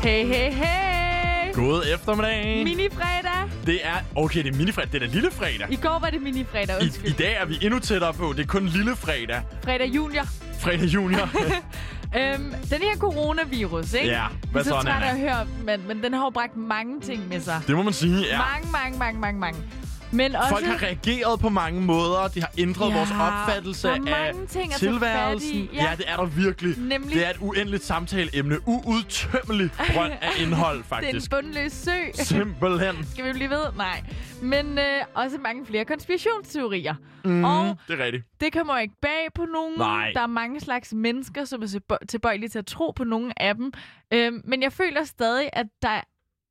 Hey, hey, hey. God eftermiddag. Minifredag. Det er... Okay, det er minifredag. Det er da lille fredag. I går var det minifredag, undskyld. I dag er vi endnu tættere på. Det er kun lille fredag. Fredag junior. Fredag junior. Den her coronavirus, ikke? Ja, hvad så, så træt af at høre, men den har jo bragt mange ting med sig. Det må man sige, ja. Mange. Men også... Folk har reageret på mange måder. De har ændret vores opfattelse af tilværelsen. Ja, det er der virkelig. Nemlig. Det er et uendeligt samtaleemne. Uudtømmelig brønd af indhold, faktisk. Det er en bundløs sø. Simpelthen. Skal vi blive ved? Nej. Men også mange flere konspirationsteorier. Og det er rigtigt. det kommer ikke bag på nogen. Nej. Der er mange slags mennesker, som er tilbøjelige til at tro på nogle af dem. Men jeg føler stadig, at der...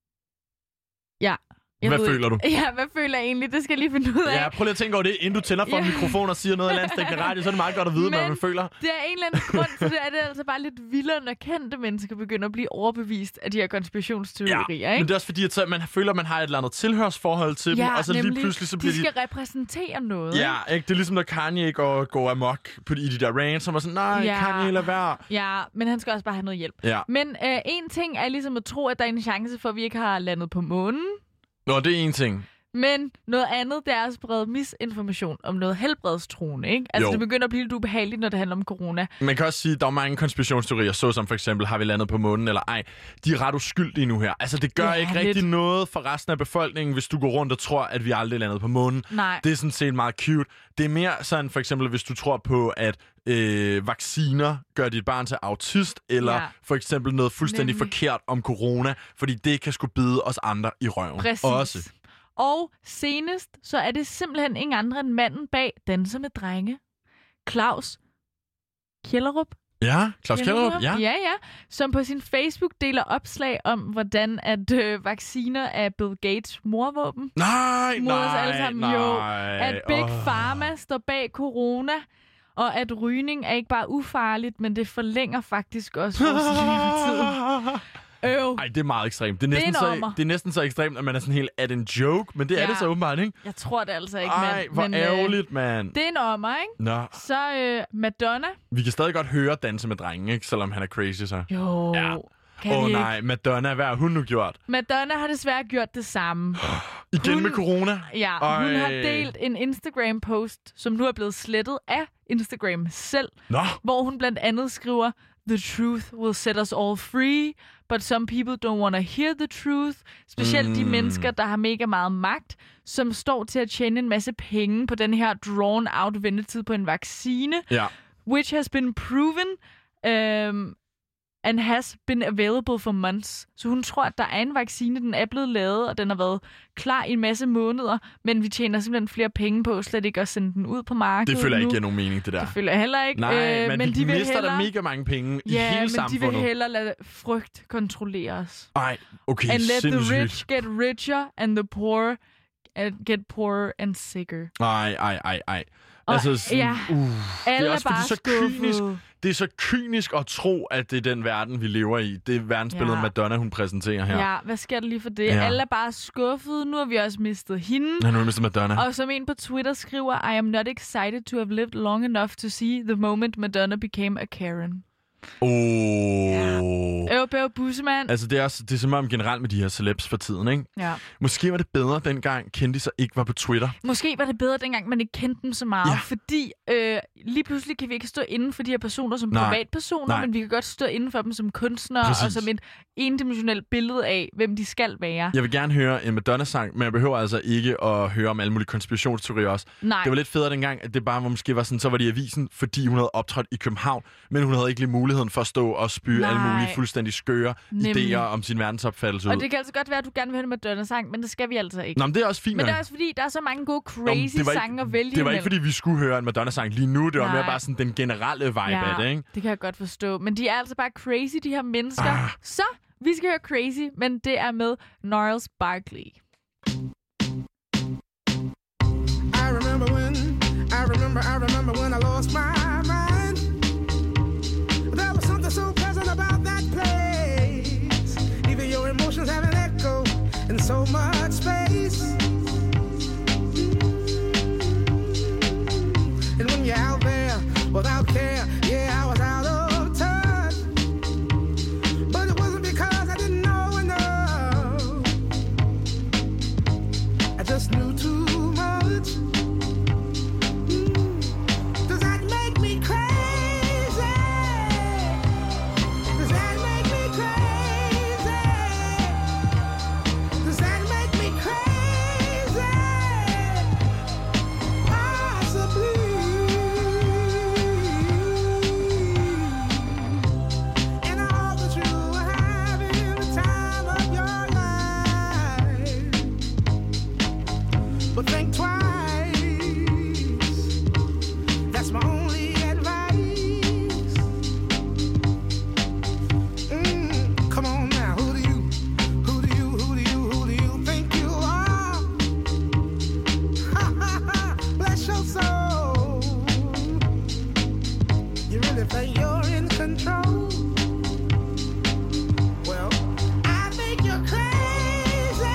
Ja. Hvad føler du? Ja, hvad føler jeg egentlig? Det skal jeg lige finde ud af. Ja, prøv lige at tænke over det, inden du tænder for en mikrofon og siger noget af landsdækkende radio, så er det meget godt at vide, hvad man føler. Det er en eller anden grund til det, er det altså bare lidt vildere, når kendte mennesker begynder at blive overbevist af de her konspirationsteorier, ikke? Men det er også fordi, at man føler, at man har et eller andet tilhørsforhold til dem, og så nemlig, lige pludselig så bliver de... skal repræsentere noget, Ja, ikke? Det er ligesom, når Kanye går amok i de der rants, som er sådan, nej, Kanye, lad være. Ja, men han skal også bare have noget hjælp. Ja. Men en ting er ligesom at tro, at der er en chance for, at vi ikke har landet på månen. Nå, det er en ting. Men noget andet, det er at sprede misinformation om noget helbredstruende, ikke? Altså, det begynder at blive lidt ubehageligt, når det handler om corona. Man kan også sige, at der er mange konspirationsteorier, såsom for eksempel, har vi landet på månen eller ej. De er ret uskyldige nu her. Altså, det gør ikke rigtig noget for resten af befolkningen, hvis du går rundt og tror, at vi aldrig landet på månen. Nej. Det er sådan set meget cute. Det er mere sådan, for eksempel, hvis du tror på, at vacciner gør dit barn til autist, eller for eksempel noget fuldstændig forkert om corona, fordi det kan sgu bide os andre i røven. Præcis. Også. Og senest, så er det simpelthen ingen andre end manden bag Danser med drenge. Claus Kjellerup. Ja, Claus Kjellerup, ja. Ja, som på sin Facebook deler opslag om, hvordan at vacciner er Bill Gates morvåben. Nej. At Big Pharma står bag corona, og at rygning er ikke bare ufarligt, men det forlænger faktisk også vores levetid. Ej, det er meget ekstremt. Det er næsten så ekstremt, at man er sådan helt, er det en joke? Men det er det så åbenbart, ikke? Jeg tror det altså ikke, mand. Ej, hvor ærgerligt, mand. Det er en ommer, ikke? Nå. Så Madonna. Vi kan stadig godt høre Danse med drenge, ikke? Selvom han er crazy, så. Jo. Ja. Nej, Madonna, hvad har hun nu gjort? Madonna har desværre gjort det samme. Igen med corona? Ja, hun har delt en Instagram-post, som nu er blevet slettet af Instagram selv. Nå. Hvor hun blandt andet skriver, "The truth will set us all free, but some people don't want to hear the truth." Specielt de mennesker, der har mega meget magt, som står til at tjene en masse penge på den her drawn-out ventetid på en vaccine, which has been proven and has been available for months. Så hun tror, at der er en vaccine, den er blevet lavet, og den har været klar i en masse måneder, men vi tjener simpelthen flere penge på slet ikke at sende den ud på markedet. Det føler jeg ikke giver nogen mening, det der. Det føler jeg heller ikke. Nej, men de mister der mega mange penge i hele samfundet. Ja, men de vil hellere lade frygt kontrollere os. Ej, okay, and let the rich get richer, and the poor get poorer and sicker. Ej. Altså, sådan, alle er bare skuffede. Det er så kynisk at tro, at det er den verden, vi lever i. Det er verdensbilledet Madonna, hun præsenterer her. Ja, hvad sker der lige for det? Ja. Alle er bare skuffede. Nu har vi også mistet hende. Ja, nu har vi mistet Madonna. Og som en på Twitter skriver, "I am not excited to have lived long enough to see the moment Madonna became a Karen." Bøv bussemand. Altså, det er som om generelt med de her celebs for tiden, ikke? Ja. Måske var det bedre dengang kendiser ikke var på Twitter. Måske var det bedre dengang, man ikke kendte dem så meget. Fordi lige pludselig kan vi ikke stå inden for de her personer som privatpersoner, men vi kan godt stå inden for dem som kunstnere, og som et endimensionelt billede af, hvem de skal være. Jeg vil gerne høre en Madonna-sang, men jeg behøver altså ikke at høre om alle mulige konspirationsteorier også. Nej. Det var lidt federe dengang, at det bare måske var sådan, så var de i avisen, fordi hun havde optrådt i København, men hun havde ikke lige muligheden for at stå og spyge alle mulige fuldstændig skøre idéer om sin verdensopfattelse ud. Og det kan altså godt være, at du gerne vil høre en Madonna-sang, men det skal vi altså ikke. Nå, men det er også fint. Men det er også fordi, der er så mange gode crazy sange at vælge. Det var ikke fordi, vi skulle høre en Madonna-sang lige nu. Det var mere bare sådan den generelle vibe af det, ikke? Det kan jeg godt forstå. Men de er altså bare crazy, de her mennesker. Så vi skal høre Crazy, men det er med Gnarls Barkley. I remember when I lost my mind. There was something so pleasant about that place. Even your emotions have an echo in so much space. And when you're out there without care, I was out of touch. But it wasn't because I didn't know just knew too much. Does that make me crazy? Does that make me crazy? Does that make me crazy? Possibly. And I hope that you are having the time of your life. But think twice. That's my only advice. Come on now, who do you think you are? Bless your soul. You really think you're in control? Well, I think you're crazy.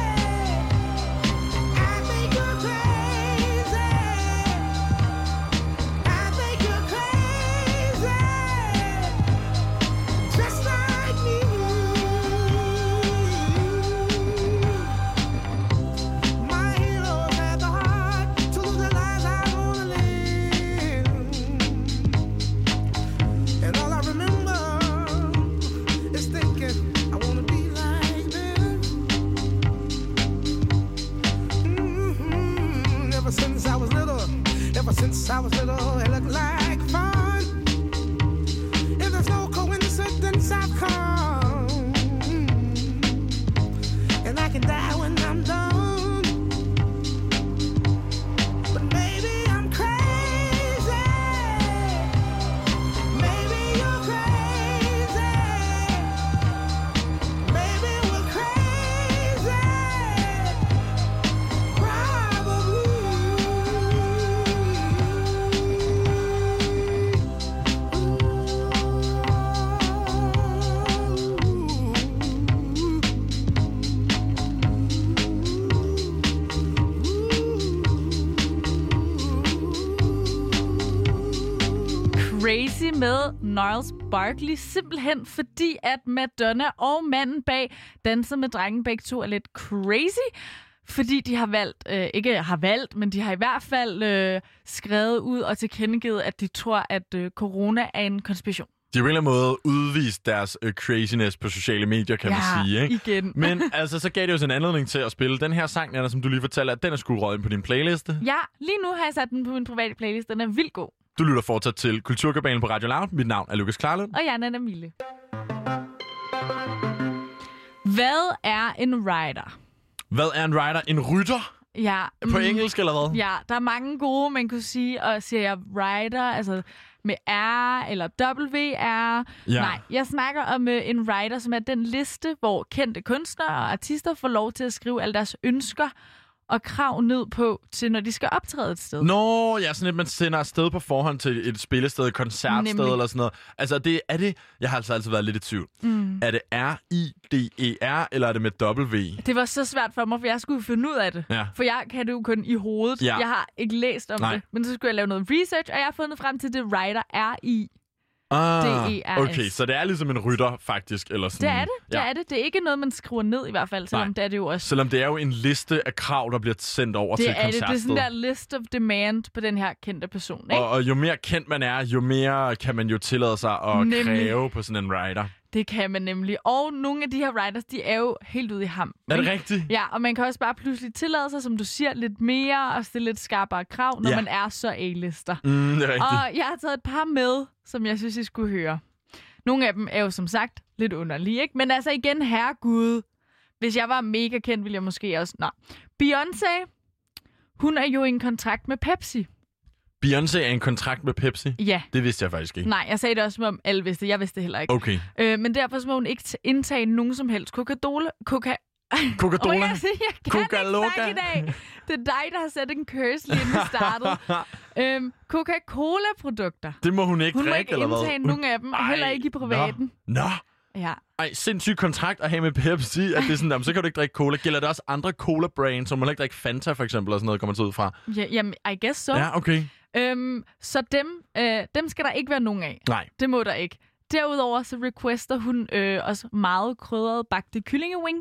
I think you're crazy. I think you're crazy. Just like me. My heroes had the heart to lose the lives I wanna live. And all I remember is thinking I wanna be like them. Ever since I was little, it looked like fun. If there's no coincidence, I've come. And I can die when I'm done. But maybe I'm crazy. Maybe you're crazy. Maybe we're crazy. Crazy med Gnarls Barkley, simpelthen fordi, at Madonna og manden bag Danser med drengen begge to er lidt crazy, fordi de har valgt, men de har i hvert fald skrevet ud og tilkendegivet, at de tror, at corona er en konspiration. De har på en eller anden måde udvist deres craziness på sociale medier, kan man sige. Ikke? Igen. Men altså, så gav det jo sådan en anledning til at spille den her sang, Anna, som du lige fortalte, at den er sgu røget ind på din playliste. Ja, lige nu har jeg sat den på min private playlist. Den er vildt god. Du lytter fortsat til Kulturkabalen på Radio Loud. Mit navn er Lukas Klarlund. Og jeg er Nana Mille. Hvad er en rider? Hvad er en rider? En rytter? Ja. På engelsk, eller hvad? Ja, der er mange gode, man kunne sige. Og siger jeg rider, altså med R eller WR. Ja. Nej, jeg snakker om en rider, som er den liste, hvor kendte kunstnere og artister får lov til at skrive alle deres ønsker og krav ned på, til når de skal optræde et sted. Nå, ja, sådan et, man sender afsted på forhånd til et spillested, et koncertsted eller sådan noget. Altså, er det... Jeg har altså altid været lidt i tvivl. Er det R-I-D-E-R, eller er det med W? Det var så svært for mig, for jeg skulle finde ud af det. Ja. For jeg kan det jo kun i hovedet. Ja. Jeg har ikke læst om det. Men så skulle jeg lave noget research, og jeg har fundet frem til det rider R-I. Okay, så det er ligesom en rytter, faktisk. Eller sådan. Det er det. Det er det. Det er ikke noget, man skriver ned i hvert fald, selvom det er det jo også. Selvom det er jo en liste af krav, der bliver sendt over til koncertsted. Det er sådan der list of demand på den her kendte person, ikke? Og jo mere kendt man er, jo mere kan man jo tillade sig at kræve på sådan en rider. Det kan man nemlig. Og nogle af de her riders, de er jo helt ude i ham. Er det rigtigt? Ja, og man kan også bare pludselig tillade sig, som du siger, lidt mere og stille lidt skarpere krav, når man er så A-lister. Det er rigtigt. Og jeg har taget et par med, som jeg synes, I skulle høre. Nogle af dem er jo som sagt lidt underlige, ikke? Men altså igen, herregud. Hvis jeg var mega kendt, ville jeg måske også... Nå. Beyoncé, hun er jo i en kontrakt med Pepsi. Beyoncé er en kontrakt med Pepsi? Ja. Det vidste jeg faktisk ikke. Nej, jeg sagde det også, som om alle vidste. Jeg vidste det heller ikke. Okay. Men derfor så må hun ikke indtage nogen som helst Coca-Cola. Coca-Cola? Jeg kan ikke snakke i dag. Det er dig, der har sat en curse lige inden vi startede. Coca-Cola-produkter. Det må hun ikke drikke, eller hvad? Hun må ikke indtage nogen af dem, heller ikke i privaten. Nå. Ja. Ej, sindssyg kontrakt at have med Pepsi, at det er sådan, jamen, så kan du ikke drikke cola. Gælder det også andre cola-brands, som man ikke drikke Fanta, for eksempel, og sådan noget, kommer til ud fra? Ja, jamen, I guess so. Ja, okay. Så dem skal der ikke være nogen af. Nej. Det må der ikke. Derudover så requester hun også meget krydrede bagte kyllingewings.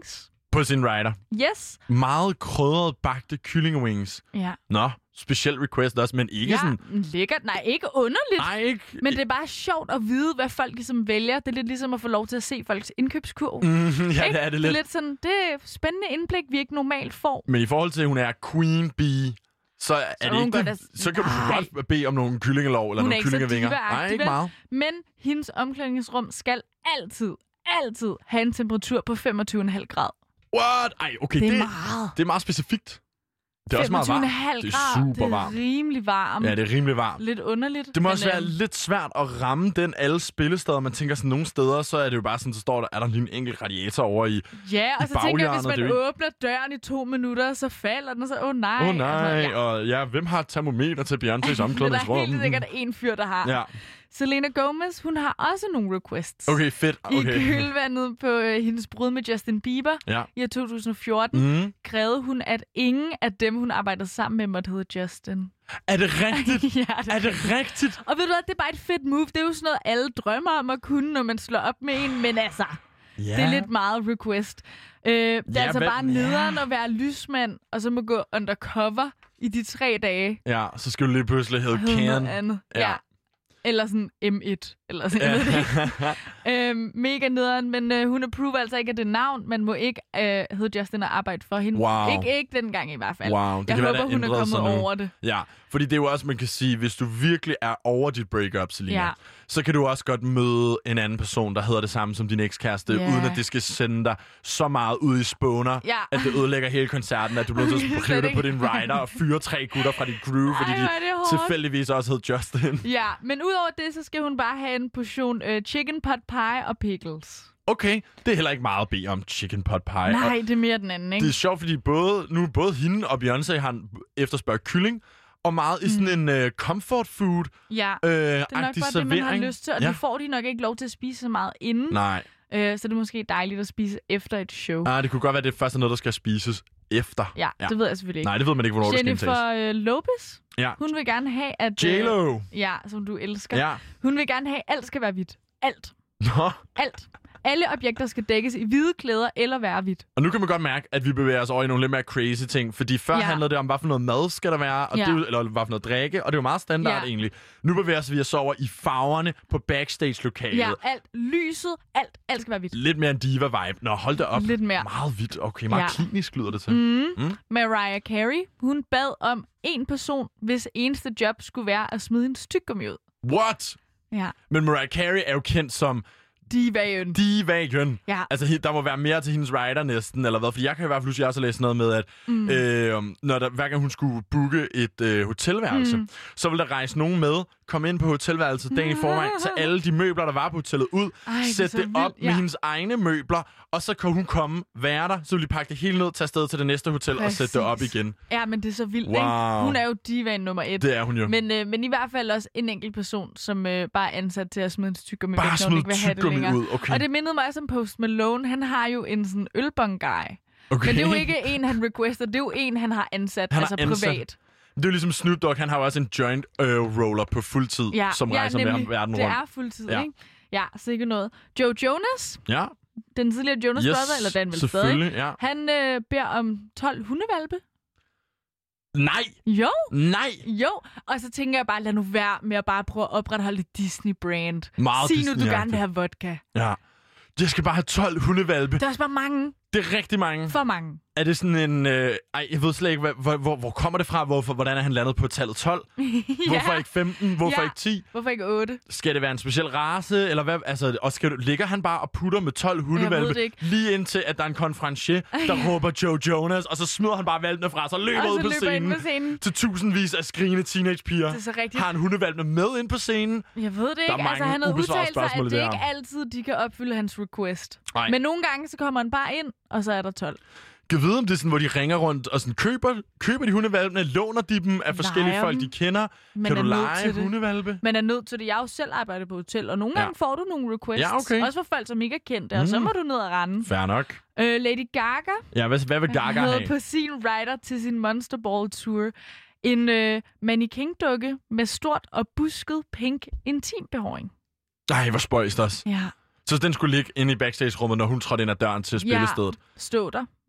På sin rider. Yes. Meget krydret bagte kyllingewings. Ja. Nå, speciel request også, men ikke sådan... lækkert. Nej, ikke underligt. Nej, ikke... Men det er bare sjovt at vide, hvad folk ligesom vælger. Det er lidt ligesom at få lov til at se folks indkøbskurv. Ja, det er det lidt. Det er lidt sådan, det er spændende indblik, vi ikke normalt får. Men i forhold til, at hun er queen bee, så er det ikke det, så kan du godt bede om nogle kyllingelov eller nogle kyllingevinger. Nej, ikke meget. Men hendes omklædningsrum skal altid have en temperatur på 25,5 grader. What? Ej, okay, det er meget. Det er meget specifikt. Det er også meget varmt. Det er super varmt. Det er rimelig varmt. Ja, det er rimelig varmt. Lidt underligt. Det må også være lidt svært at ramme den alle spillesteder. Man tænker sådan, nogle steder, så er det jo bare sådan, så står der, er der lige en enkelt radiator over i ja, og så tænker jeg, hvis man åbner døren i 2 minutter, så falder den, og så, nej. Altså, og ja, hvem har termometer til Beyoncés omklædningsrum? Det er helt sikkert en fyr, der har. Ja. Selena Gomez, hun har også nogle requests. Okay, fedt. Okay. I kølvandet på hendes brud med Justin Bieber i 2014, krævede hun, at ingen af dem, hun arbejdede sammen med, måtte hedde Justin. Er det rigtigt? Ja, er det rigtigt? Og ved du hvad, det er bare et fedt move. Det er jo sådan noget, alle drømmer om at kunne, når man slår op med en. Men altså, det er lidt meget request. Det er altså bare nederen at være lysmand, og så må gå undercover i de 3 dage. Ja, så skal du lige pludselig hedde Ken. Andet. Ja. Eller sådan M1, eller sådan noget. Mega nederen, men hun approver altså ikke af det navn. Man må ikke hedde Justin og arbejde for hende. Wow. Ikke den gang i hvert fald. Wow. Jeg håber, hun er kommet over det. Ja, fordi det er jo også, man kan sige, hvis du virkelig er over dit breakup, Selina, så kan du også godt møde en anden person, der hedder det samme som din ekskæreste, uden at det skal sende dig så meget ud i spåner, at det ødelægger hele koncerten, at du bliver nødt til at skrive det på din rider og fyre 3 gutter fra dit crew, fordi de tilfældigvis også hed Justin. Ja, men udover det, så skal hun bare have en portion chicken pot pie og pickles. Okay, det er heller ikke meget at bede om chicken pot pie. Nej, det er mere den anden, ikke? Det er sjovt, fordi både hende og Beyoncé har efterspørgt kylling, og meget i sådan en comfort food. Ja, det er nok bare servering. det, man har lyst til, og det får de nok ikke lov til at spise så meget inden. Nej. Så det er måske dejligt at spise efter et show. Det kunne godt være, det først er noget, der skal spises efter. Ja, det ved jeg selvfølgelig ikke. Nej, det ved man ikke, hvornår det skal indtages. Jennifer Lopez, hun vil gerne have, at... J-Lo. Ja, som du elsker. Ja. Hun vil gerne have, at alt skal være hvidt. Alt. Nå. Alt. Alle objekter skal dækkes i hvide klæder eller være hvidt. Og nu kan man godt mærke, at vi bevæger os over i nogle lidt mere crazy ting. Fordi før handlede det om, hvad for noget mad skal der være, og det, eller hvad for noget drikke, og det er jo meget standard egentlig. Nu bevæger vi os over i farverne på backstage-lokalet. Ja, alt. Lyset, alt skal være hvidt. Lidt mere en diva-vibe. Nå, hold da op. Lidt mere. Meget hvidt. Okay, meget klinisk lyder det til. Mariah Carey, hun bad om en person, hvis eneste job skulle være at smide en tyggegummi ud. What? Ja. Men Mariah Carey er jo kendt som... Divagen. Ja. Altså, der må være mere til hendes rider næsten, eller hvad? Fordi jeg kan i hvert fald huske, at jeg også har læst noget med, at hver gang hun skulle booke et hotelværelse, så ville der rejse nogen med, komme ind på hotelværelset dagen i forvejen, så alle de møbler, der var på hotellet ud, sætte det op med hendes egne møbler, og så kan hun komme, være der, så ville de pakke det hele ned, tage afsted til det næste hotel og sætte det op igen. Ja, men det er så vildt, ikke? Hun er jo divaen nummer 1. Det er hun jo. Men i hvert fald også en enkelt person, som bare er ansat til at smide en tyggegummi væk, når hun ikke vil have det længere. Ud. Okay. Og det mindede mig også om Post Malone. Han har jo en sådan ølbong-guy. Okay. Men det er jo ikke en, han requester. Det er jo en, han har ansat, privat. Det er jo ligesom Snoop Dogg. Han har jo også en joint roller på fuldtid, som rejser med ham verden rundt. Det er fuldtid, ikke? Ja, så ikke noget. Joe Jonas. Ja. Den tidligere Jonas Brother, eller den vel stadig. Ja. Han beder om 12 hundevalpe. Nej! Jo! Nej! Jo! Og så tænker jeg bare, lad nu være med at bare prøve at opretholde et Disney-brand. Meget sig nu, du gerne vil have vodka. Ja. Jeg skal bare have 12 hundevalpe. Det er også bare mange. Det er rigtig mange. For mange. Er det sådan en... jeg ved slet ikke, hvor kommer det fra? Hvordan er han landet på tallet 12? Hvorfor ikke 15? Hvorfor ikke 10? Hvorfor ikke 8? Skal det være en speciel race? Eller hvad? Altså, og ligger han bare og putter med 12 hundevalpe? Lige indtil, at der er en konferencier, der råber Joe Jonas, og så smider han bare valpene fra sig og løber ud på scenen. Til tusindvis af skrigende teenagepiger. Det er så rigtigt. Har han hundevalpene med ind på scenen? Jeg ved det ikke. Altså, han har udtalt sig, at det ikke altid, de kan opfylde hans request. Nej. Men nogle gange, så kommer han bare ind, og så er der 12. Jeg ved, om det er sådan, hvor de ringer rundt og sådan, køber de hundevalpene, låner de dem af forskellige folk, de kender. Kan du lege hundevalpe? Man er nødt til det. Jeg har jo selv arbejdet på hotel, og nogle gange får du nogle requests. Ja, okay. Også for folk, som ikke er kendte, og så må du ned og rende. Fair nok. Lady Gaga. Ja, hvad vil Gaga have? På sin rider til sin Monster Ball Tour. En mannequin-dukke med stort og busket pink intimbehåring. Ej, hvor spøjst også. Ja. Så den skulle ligge inde i backstage-rummet, når hun trådte ind ad døren til spillestedet? Ja, stå der.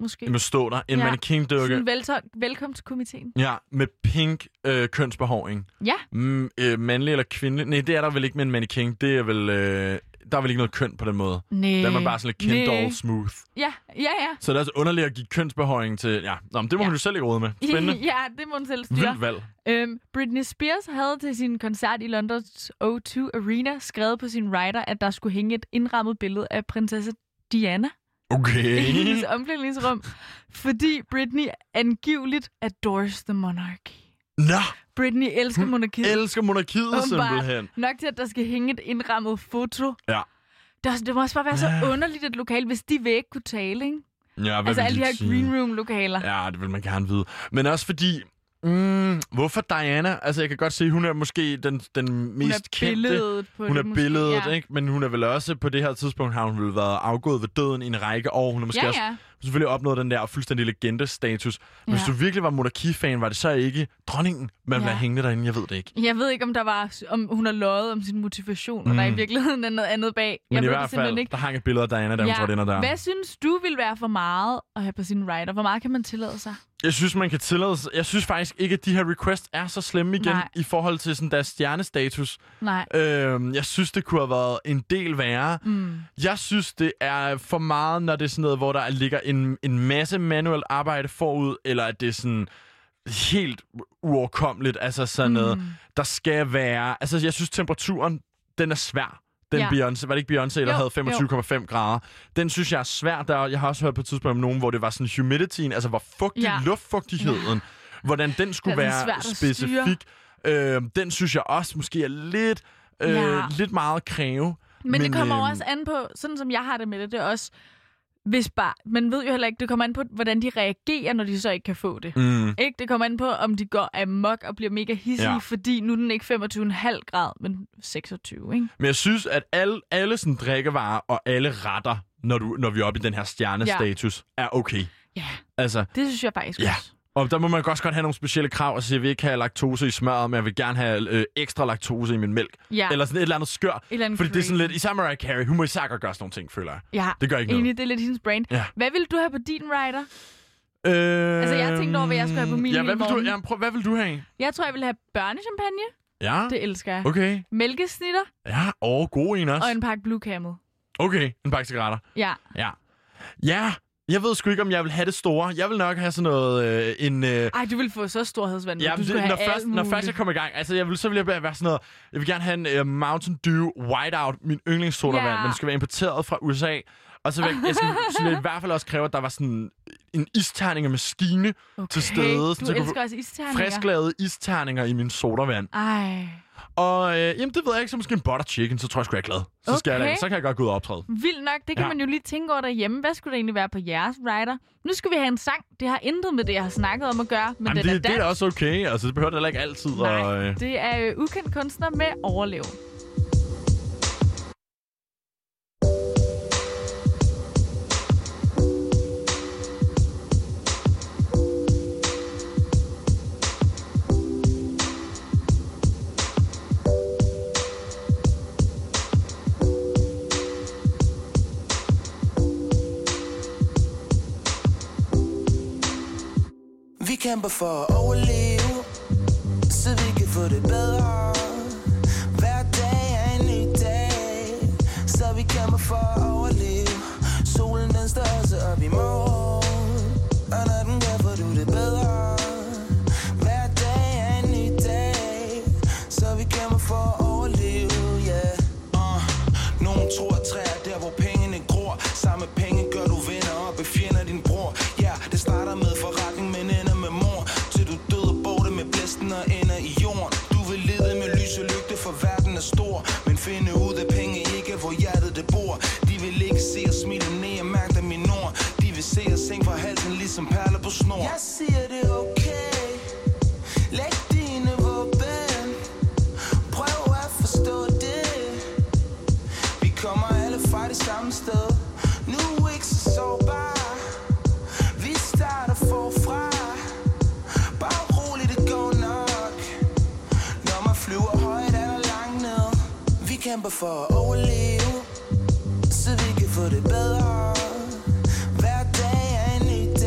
måske. Må stå der. En mannequin-dukke. Velkomstkomiteen. Ja, med pink kønsbehåring. Ja. Mandlig eller kvindelig? Nej, det er der vel ikke med en mannequin. Det er vel... der er vel ikke noget køn på den måde. Nej. Der er man bare sådan lidt Ken-doll smooth. Ja. Så det er altså underligt at give kønsbehåring til... Ja, nå, men det må hun jo selv ikke råde med. Spændende. Ja, det må hun selv styre. Vildt valg. Britney Spears havde til sin koncert i Londons O2 Arena skrevet på sin rider, at der skulle hænge et indrammet billede af prinsesse Diana. Okay. I hendes omklædningsrum, fordi Britney angiveligt adores the monarchy. Nå! Britney elsker monarkiet. Elsker monarkiet simpelthen. Nok til, at der skal hænge et indrammet foto. Ja. Det må også bare være så underligt et lokal, hvis de vil ikke kunne tale, ikke? Ja, altså alle de her green room-lokaler. Ja, det vil man gerne vide. Men også fordi... hvorfor Diana? Altså, jeg kan godt se, hun er måske den mest kendte. Hun er billedet, ikke? Men hun er vel også, på det her tidspunkt, har hun vel været afgået ved døden i en række år. Hun har måske også selvfølgelig opnået den der fuldstændig legende-status. Men hvis du virkelig var monarki-fan, var det så ikke dronningen, man ville have hængende derinde? Jeg ved det ikke. Jeg ved ikke, om hun har løjet om sin motivation, og der i virkeligheden er noget andet bag. Men i hvert fald, der hang et billede af Diana, da hun trådte ind og der. Hvad synes du ville være for meget at have på sin rider? Hvor meget kan man tillade sig? Jeg synes, man kan tillade sig. Jeg synes faktisk ikke, at de her requests er så slemme igen i forhold til sådan deres stjernestatus. Nej. Jeg synes, det kunne have været en del værre. Jeg synes, det er for meget, når det er sådan noget, hvor der ligger en masse manuelt arbejde forud, eller at det er sådan helt uoverkommeligt. Altså sådan noget, der skal være... Altså, jeg synes, temperaturen, den er svær. Beyoncé, var det ikke Beyoncé, der havde 25,5 grader? Den synes jeg er svær. Jeg har også hørt på et tidspunkt om nogen, hvor det var sådan humidityen, altså hvor fugtig luftfugtigheden, hvordan den skulle være specifik. Den synes jeg også måske er lidt meget at kræve. Men det kommer også an på, sådan som jeg har det med det, det er også... Man ved jo heller ikke, det kommer an på, hvordan de reagerer, når de så ikke kan få det. Ikke? Det kommer an på, om de går amok og bliver mega hissige, fordi nu er den ikke 25,5 grad, men 26, ikke? Men jeg synes, at alle sådan drikkevarer og alle retter, når vi er oppe i den her stjernestatus, er okay. Ja, altså, det synes jeg faktisk også. Og der må man også godt have nogle specielle krav, altså jeg vil ikke have laktose i smøret, men jeg vil gerne have ekstra laktose i min mælk. Ja. Eller sådan et eller andet skør. Fordi det er sådan lidt, især Mariah Carey, hun må især godt gøre sådan nogle ting, føler jeg. Ja, det gør ikke noget. Det er lidt hendes brain. Ja. Hvad vil du have på din rider? Altså jeg har tænkt over, hvad jeg skal have på min hvad vil du have? Jeg tror, jeg vil have børnechampagne. Ja. Det elsker jeg. Okay. Mælkesnitter. Ja, gode en også. Og en pakke Blue Camel. Okay, en pakke cigaretter. Ja. Ja. Jeg ved sgu ikke, om jeg vil have det store. Jeg vil nok have sådan noget... Ej, du vil få så storhedsvandet. Ja, når først jeg kommer i gang. Altså, så vil jeg være sådan noget... Jeg vil gerne have en Mountain Dew Whiteout, min yndlingssodavand, men det skal være importeret fra USA. Og så vil jeg i hvert fald også kræve, at der var sådan en isterningermaskine til stede. Du elsker også isterninger. Frisklavede isterninger i min sodavand. Ej. Og jamen, det ved jeg ikke, så måske en butter chicken, så tror jeg sgu, jeg er glad. Så kan jeg godt gå ud og optræde. Vildt nok, det kan man jo lige tænke over derhjemme. Hvad skulle det egentlig være på jeres rider? Nu skal vi have en sang. Det har intet med det, jeg har snakket om at gøre. Men det er også okay. Altså, det behøver det heller ikke altid. Nej, det er ukendt kunstner med Overlev. Vi kæmper for at overleve, så vi kan få det bedre. Hver dag er en ny dag, så vi kæmper for at overleve. Solen den står også op i morgen, og når den gør, får du det bedre. Hver dag er en ny dag, så vi kæmper for at overleve, Nogen tror at træer der, hvor pengene gror. Samme penge gør du venner op i fjender din bror. Det starter med forretning, men ender med mor. Til du død og borte med blæsten og ender i jorden. Du vil lede med lys og lygte, for verden er stor. Men finde ud af penge ikke, hvor hjertet det bor. De vil ikke se os smile ned og mærke dem i nord. De vil se os sænge fra halsen, ligesom perler på snor. Jeg siger det er okay. Læg dine våben. Prøv at forstå det. Vi kommer alle fra det samme sted. Nu ikke så sårbar. Vi starter forfra. Bare roligt, det går nok. Når man flyver højt eller langt ned. Vi kæmper for at overleve, så vi kan få det bedre. Hver dag er en ny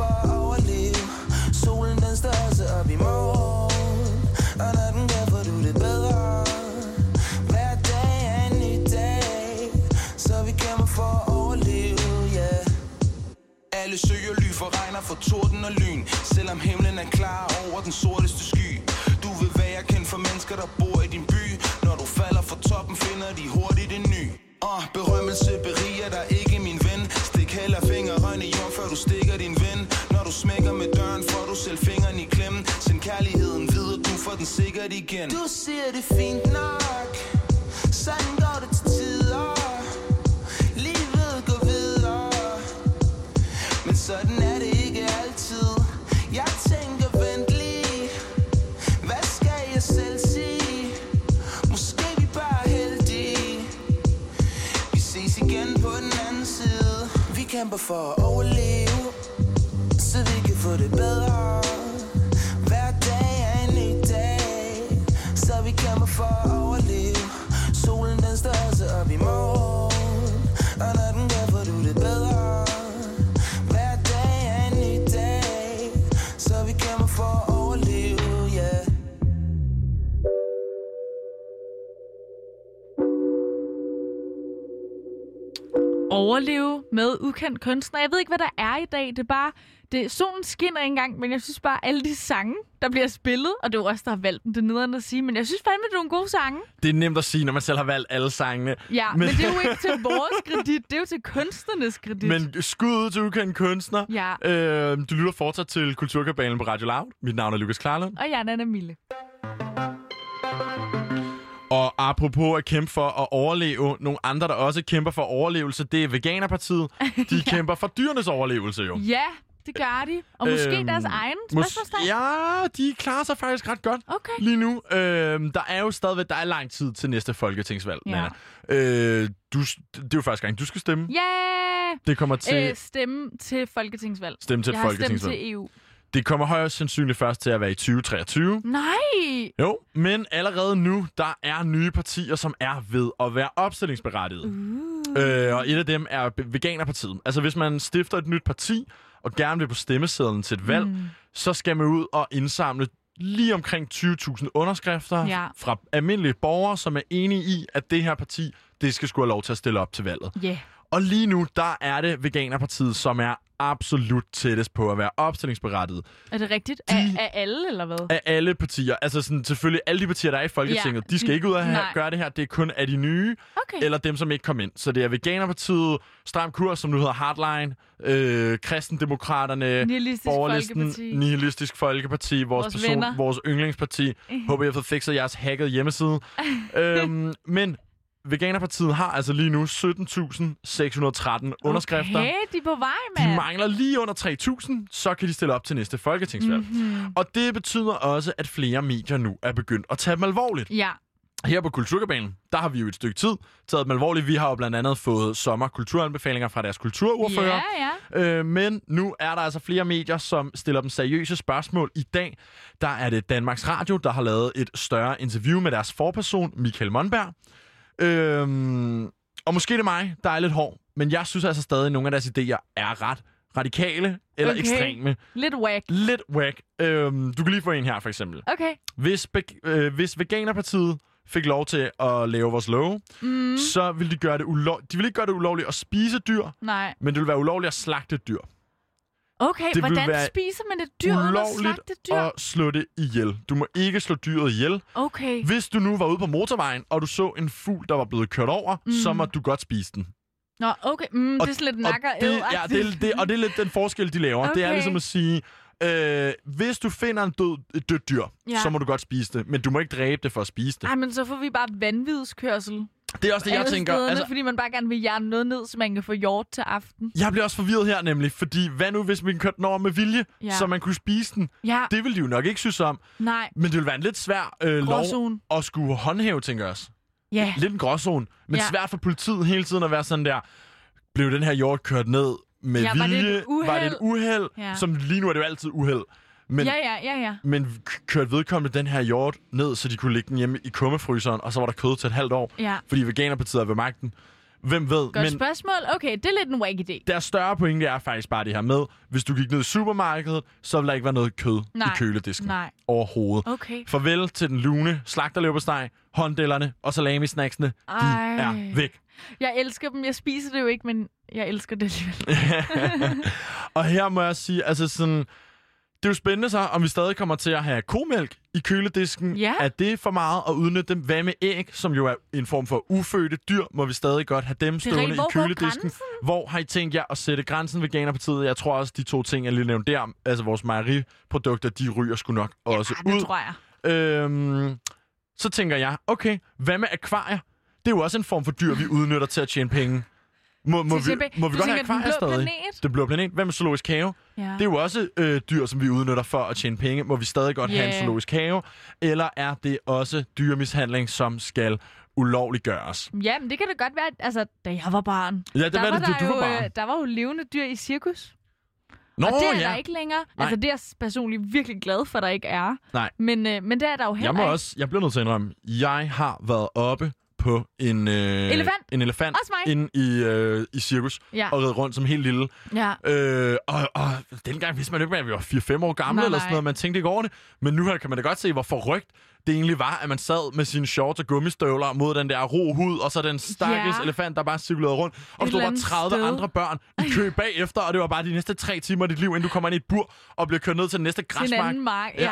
at overleve. Solen den står også op i morgen, og når den gør, får du det bedre. Hver dag er en ny dag, så vi kæmper for at overleve, yeah. Alle søger ly for regn og for torden og lyn, selvom himlen er klar over den sorteste sky. Du vil være kendt for mennesker, der bor i din by. Når du falder fra toppen, finder de hurtigt en ny. Berømmelse beriger dig ikke, min ven. Stik heller fingeren i jord, før du stikker din ven. Når du smækker med døren, får du selv fingeren i klemmen. Send kærligheden videre, du får den sikkert igen. Du siger det fint nok, sådan går det til tider. Livet går videre, men sådan er det ikke altid. Jeg tænker vent lige, hvad skal jeg selv sige? Måske vi bare er heldige. Vi ses igen på den anden side. Vi kæmper for at overleve, så vi kan få det bedre. Hver dag er en ny dag, så vi kæmper for at overleve. Solen den står også op i morgen, og når den gør, får du det bedre. Hver dag er en ny dag, så vi kæmper for at overleve, yeah. Overleve med ukendt kunstner. Jeg ved ikke, hvad der er i dag. Det er bare... solen skinner ikke engang, men jeg synes bare, alle de sange, der bliver spillet, og det er jo også der har valgt dem, det er nederen at sige, men jeg synes fandme, det er nogle gode sange. Det er nemt at sige, når man selv har valgt alle sangene. Ja, men det er jo ikke til vores kredit, det er jo til kunstnernes kredit. Men skud ud til ukendt kunstner. Ja. Du lytter fortsat til Kulturkabalen på Radio Loud. Mit navn er Lukas Klarlund. Og jeg er Nana Mille. Og apropos at kæmpe for at overleve, nogle andre, der også kæmper for overlevelse, det er Veganerpartiet. De kæmper for dyrenes overlevelse jo. Ja, det gør de. Og måske deres egen spørgsmålstegn? Ja, de klarer sig faktisk ret godt lige nu. Der er jo stadigvæk lang tid til næste folketingsvalg. Ja. Det er jo første gang, du skal stemme. Ja! Yeah! Det kommer til... Stemme til folketingsvalg. Stemme til folketingsvalg. Jeg har stemt til EU. Det kommer højst sandsynligt først til at være i 2023. Nej! Jo, men allerede nu, der er nye partier, som er ved at være opstillingsberettiget. Og et af dem er Veganerpartiet. Altså, hvis man stifter et nyt parti, og gerne vil på stemmesedlen til et valg, så skal man ud og indsamle lige omkring 20.000 underskrifter fra almindelige borgere, som er enige i, at det her parti, det skal sgu have lov til at stille op til valget. Yeah. Og lige nu, der er det Veganerpartiet, som er absolut tættest på at være opstillingsberettiget. Er det rigtigt? Af alle, eller hvad? Af alle partier. Altså sådan, selvfølgelig alle de partier, der er i Folketinget, de skal ikke ud og gøre det her. Det er kun af de nye, eller dem, som ikke kom ind. Så det er Veganerpartiet, Stram Kurs, som nu hedder Hardline, Kristendemokraterne, Nihilistisk Folkeparti, vores yndlingsparti. Håber, jeg har fået fikset jeres hackede hjemmeside. Men Veganerpartiet har altså lige nu 17.613 underskrifter. Okay, de er på vej, mand. De mangler lige under 3.000, så kan de stille op til næste folketingsvalg. Og det betyder også, at flere medier nu er begyndt at tage dem alvorligt. Ja. Her på Kulturkabalen, der har vi jo et stykke tid taget dem alvorligt. Vi har jo blandt andet fået sommerkulturanbefalinger fra deres kulturordfører. Ja. Men nu er der altså flere medier, som stiller dem seriøse spørgsmål. I dag, der er det Danmarks Radio, der har lavet et større interview med deres forperson, Michael Monberg. Og måske det er mig, der er lidt hård, men jeg synes altså stadig, at nogle af deres idéer er ret radikale eller ekstreme. Lidt whack. Lidt whack. Du kan lige få en her, for eksempel. Okay. Hvis Veganerpartiet fik lov til at lave vores love, så ville de gøre det ulovligt. De ville ikke gøre det ulovligt at spise dyr, men det ville være ulovligt at slagte dyr. Okay, det hvordan spiser man et dyr uden at slagte dyr? At slå det ihjel. Du må ikke slå dyret ihjel. Okay. Hvis du nu var ude på motorvejen, og du så en fugl, der var blevet kørt over, så må du godt spise den. Nå, okay. Det er sådan lidt nakker. Ja, og det er lidt den forskel, de laver. Okay. Det er ligesom at sige, hvis du finder et dødt dyr, så må du godt spise det, men du må ikke dræbe det for at spise det. Nej, men så får vi bare vanvidskørsel. Det er også det, jeg tænker. Altså, fordi man bare gerne vil jerne noget ned, så man kan få hjort til aften. Jeg bliver også forvirret her nemlig, fordi hvad nu, hvis man kørte den over med vilje, så man kunne spise den? Ja. Det ville de jo nok ikke synes om. Nej. Men det ville være en lidt svær lov at skulle håndhæve, tænker jeg også. Ja. Lidt en gråzone, men svært for politiet hele tiden at være sådan der, blev den her hjort kørt ned med vilje? Var det et uheld? Ja. Som lige nu er det jo altid uheld. Men, men kørte vedkommende den her hjort ned, så de kunne lægge den hjemme i kummefryseren, og så var der kød til et halvt år, fordi Veganerpartiet er ved magten. Hvem ved? Godt spørgsmål. Okay, det er lidt en wack idé. Der større pointe er faktisk bare det her med, hvis du gik ned i supermarkedet, så ville der ikke være noget kød i køledisken. Nej. Overhovedet. Okay. Farvel til den lune slagterleverpostej, hånddellerne og salami-snacksene. De er væk. Jeg elsker dem. Jeg spiser det jo ikke, men jeg elsker det alligevel. Og her må jeg sige, altså sådan... Det er jo spændende så, om vi stadig kommer til at have komælk i køledisken. Ja. Er det for meget at udnytte dem? Hvad med æg, som jo er en form for ufødte dyr? Må vi stadig godt have dem stående i køledisken? Hvor har I tænkt jer at sætte grænsen, Veganerpartiet? Jeg tror også, de to ting, jeg lige nævnte der, altså vores mejeriprodukter, de ryger sgu nok også ud. Det tror jeg. Så tænker jeg, okay, hvad med akvarier? Det er jo også en form for dyr, vi udnytter til at tjene penge. Må vi godt have akvarier stadig? Den blå planet. Hvad med zoologisk have? Ja. Det er jo også dyr, som vi udnytter for at tjene penge. Må vi stadig godt have en zoologisk have? Eller er det også dyremishandling, som skal ulovliggøres? Ja, men det kan da godt være, altså, da jeg var barn. Ja, det var det, du var barn. Der var jo levende dyr i cirkus. Nå, og det er der ikke længere. Nej. Altså, det er jeg personligt virkelig glad for, der ikke er. Nej. Men det er der jo heller ikke. Jeg bliver nødt til at indrømme, jeg har været oppe på en elefant inde i cirkus og red rundt som helt lille. Ja. Og dengang vidste man jo ikke, at vi var 4-5 år gamle eller sådan noget. Man tænkte ikke over det. Men nu her kan man da godt se, hvor forrygt det egentlig var, at man sad med sine shorts og gummistøvler mod den der ro hud, og så den stakkels elefant, der bare cirkulerede rundt. Og der stod bare 30 andre børn i kø bagefter, og det var bare de næste 3 timer af dit liv, inden du kommer ind i et bur og bliver kørt ned til den næste græsmark. Til en anden mark, ja.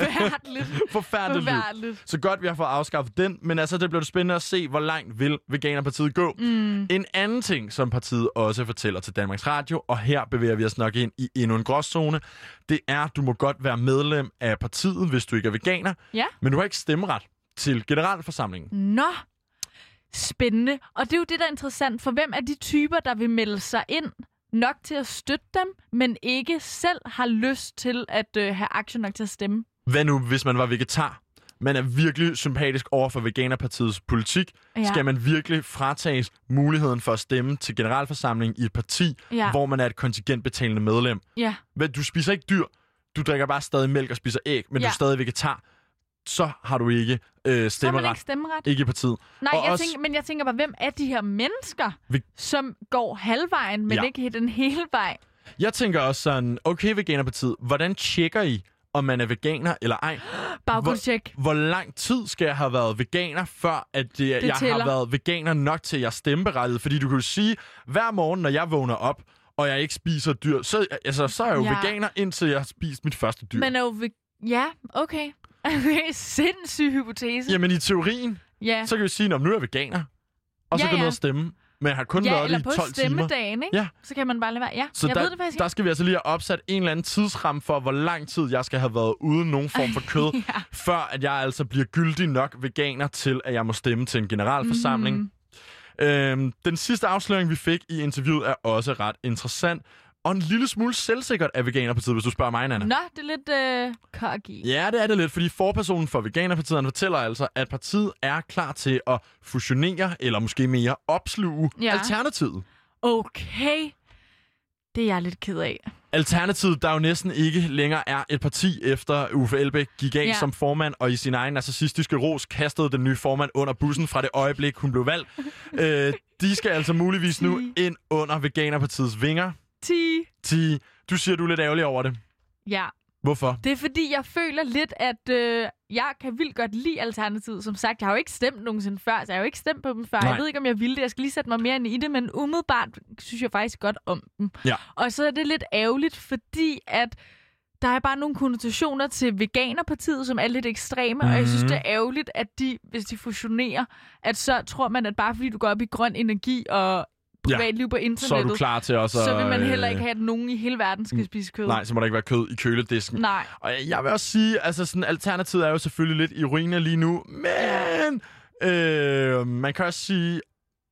Forfærdeligt. Så godt, vi har fået afskaffet den, men altså, det bliver spændende at se, hvor langt vil Veganerpartiet gå. En anden ting, som partiet også fortæller til Danmarks Radio, og her bevæger vi os nok ind i endnu en gråzone, det er, at du må godt være medlem af partiet, hvis du ikke er veganer, men du har ikke stemmeret til generalforsamlingen. Nå, spændende. Og det er jo det, der er interessant, for hvem er de typer, der vil melde sig ind nok til at støtte dem, men ikke selv har lyst til at have aktier nok til at stemme? Hvad nu, hvis man var vegetar? Man er virkelig sympatisk over for Veganerpartiets politik. Ja. Skal man virkelig fratages muligheden for at stemme til generalforsamlingen i et parti, hvor man er et kontingentbetalende medlem? Ja. Du spiser ikke dyr. Du drikker bare stadig mælk og spiser æg, men du er stadig vegetar. Så har du ikke stemmeret. Så har man ikke stemmeret? Ikke i partiet. Nej, jeg tænker bare, hvem er de her mennesker, som går halvvejen, men ikke den hele vej? Jeg tænker også sådan, okay, Veganerpartiet, hvordan tjekker I, om man er veganer eller ej? Baggrundstjek. Hvor lang tid skal jeg have været veganer, før at jeg har været veganer nok til, at jeg er stemmeberettiget? Fordi du kan jo sige, hver morgen, når jeg vågner op, og jeg ikke spiser dyr, så er jeg jo veganer, indtil jeg har spist mit første dyr. Men er jo ja, okay. Sindssyg hypotese. Jamen i teorien, så kan vi sige, at nu er jeg veganer, og så kan jeg ned og stemme. Men jeg har kun været det i 12 timer. Ja, eller på stemmedagen, ikke? Ja. Så kan man bare lade være. Ja, så jeg ved det faktisk. Der skal vi altså lige have opsat en eller anden tidsramme for, hvor lang tid jeg skal have været uden nogen form for kød, før at jeg altså bliver gyldig nok veganer til, at jeg må stemme til en generalforsamling. Den sidste afsløring, vi fik i interviewet, er også ret interessant. Og en lille smule selvsikkert af Veganerpartiet, hvis du spørger mig, Nana. Nå, det er lidt cocky. Ja, det er det lidt, fordi forpersonen for Veganerpartiet fortæller altså, at partiet er klar til at fusionere, eller måske mere opsluge Alternativet. Okay. Det er jeg lidt ked af. Alternativet, der jo næsten ikke længere er et parti, efter Uffe Elbæk gik af som formand, og i sin egen narcissistiske ros kastede den nye formand under bussen fra det øjeblik, hun blev valgt. De skal altså muligvis nu ind under Veganerpartiets vinger. 10. Du siger, du er lidt ærgerlig over det. Ja. Hvorfor? Det er fordi, jeg føler lidt, at jeg kan vildt godt lide Alternativet. Som sagt, jeg har jo ikke stemt nogensinde før, så jeg har jo ikke stemt på dem før. Nej. Jeg ved ikke, om jeg ville det. Jeg skal lige sætte mig mere ind i det, men umiddelbart synes jeg faktisk godt om dem. Ja. Og så er det lidt ærgerligt, fordi at der er bare nogle konnotationer til Veganerpartiet, som er lidt ekstreme, og jeg synes, det er ærgerligt, at hvis de fusionerer, at så tror man, at bare fordi du går op i grøn energi og privatliv på internettet, så er du klar til også, så vil man heller ikke have, at nogen i hele verden skal spise kød. Nej, så må der ikke være kød i køledisken. Nej. Og jeg vil også sige, altså sådan, Alternativet er jo selvfølgelig lidt i ruiner lige nu, men man kan også sige,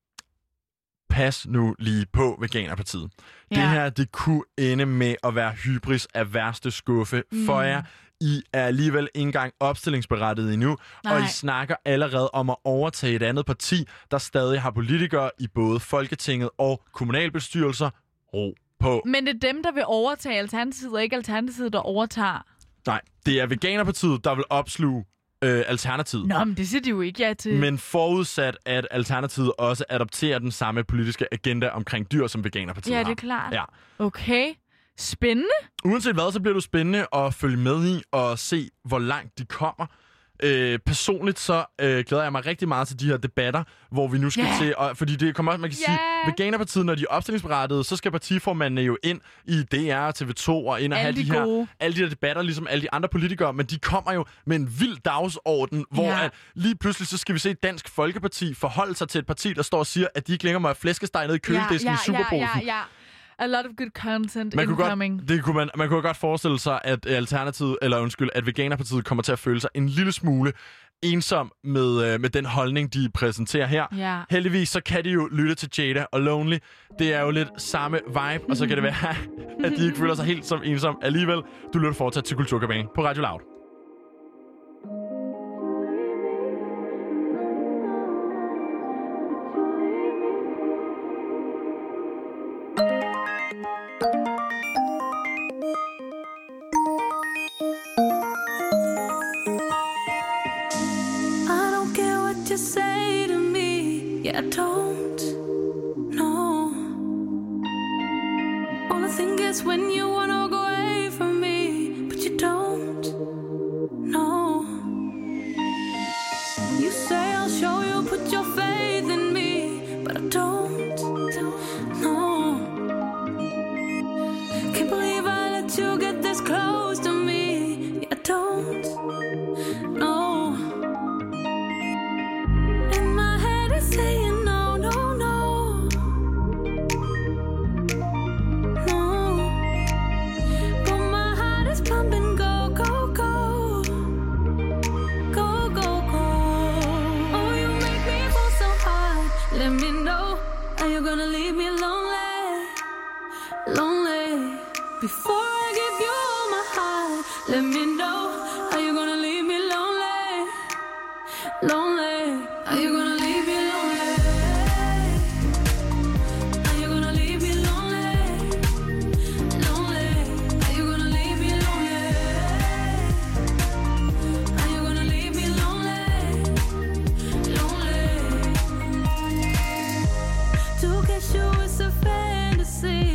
pas nu lige på Veganerpartiet. Ja. Det her, det kunne ende med at være hybris af værste skuffe for jer. I er alligevel ikke engang opstillingsberettiget endnu, og I snakker allerede om at overtage et andet parti, der stadig har politikere i både Folketinget og kommunalbestyrelser. Ro på. Men det er dem, der vil overtage Alternativet, og ikke Alternativet, der overtager? Nej, det er Veganerpartiet, der vil opsluge Alternativet. Nå, men det siger de jo ikke ja til. Men forudsat, at Alternativet også adopterer den samme politiske agenda omkring dyr, som Veganerpartiet har. Ja, det er klart. Ja. Okay. Spændende. Uanset hvad, så bliver det spændende at følge med i og se, hvor langt de kommer. Personligt så glæder jeg mig rigtig meget til de her debatter, hvor vi nu skal til, fordi det kommer også, man kan sige, Veganerpartiet, når de er opstillingsberettede, så skal partiformændene jo ind i DR og TV2 og ind og have alle de her debatter, ligesom alle de andre politikere, men de kommer jo med en vild dagsorden, hvor at lige pludselig så skal vi se Dansk Folkeparti forholde sig til et parti, der står og siger, at de ikke længere må have flæskesteg ned i køledisken i Superbrugsen. Ja. A lot of good content incoming. Man kunne godt forestille sig, at at Veganerpartiet kommer til at føle sig en lille smule ensom med den holdning, de præsenterer her. Ja. Heldigvis så kan de jo lytte til Jada og Lonely. Det er jo lidt samme vibe, og så kan det være, at de ikke føler sig helt som ensom alligevel. Du lytter fortsat til Kulturkabalen på Radio Loud. I don't know. All I think is when you wanna go away from me, but you don't know. You say I'll show you, put your faith in me, but I don't know. Can't believe I let you get this close to me. I don't know. In my head it's saying before I give you all my heart. Let me know, are you gonna leave me lonely? Lonely, are you gonna leave me lonely? Are you gonna leave me lonely? Lonely, are you gonna leave me lonely? Are you gonna leave me lonely? Lonely. To get you is a fantasy.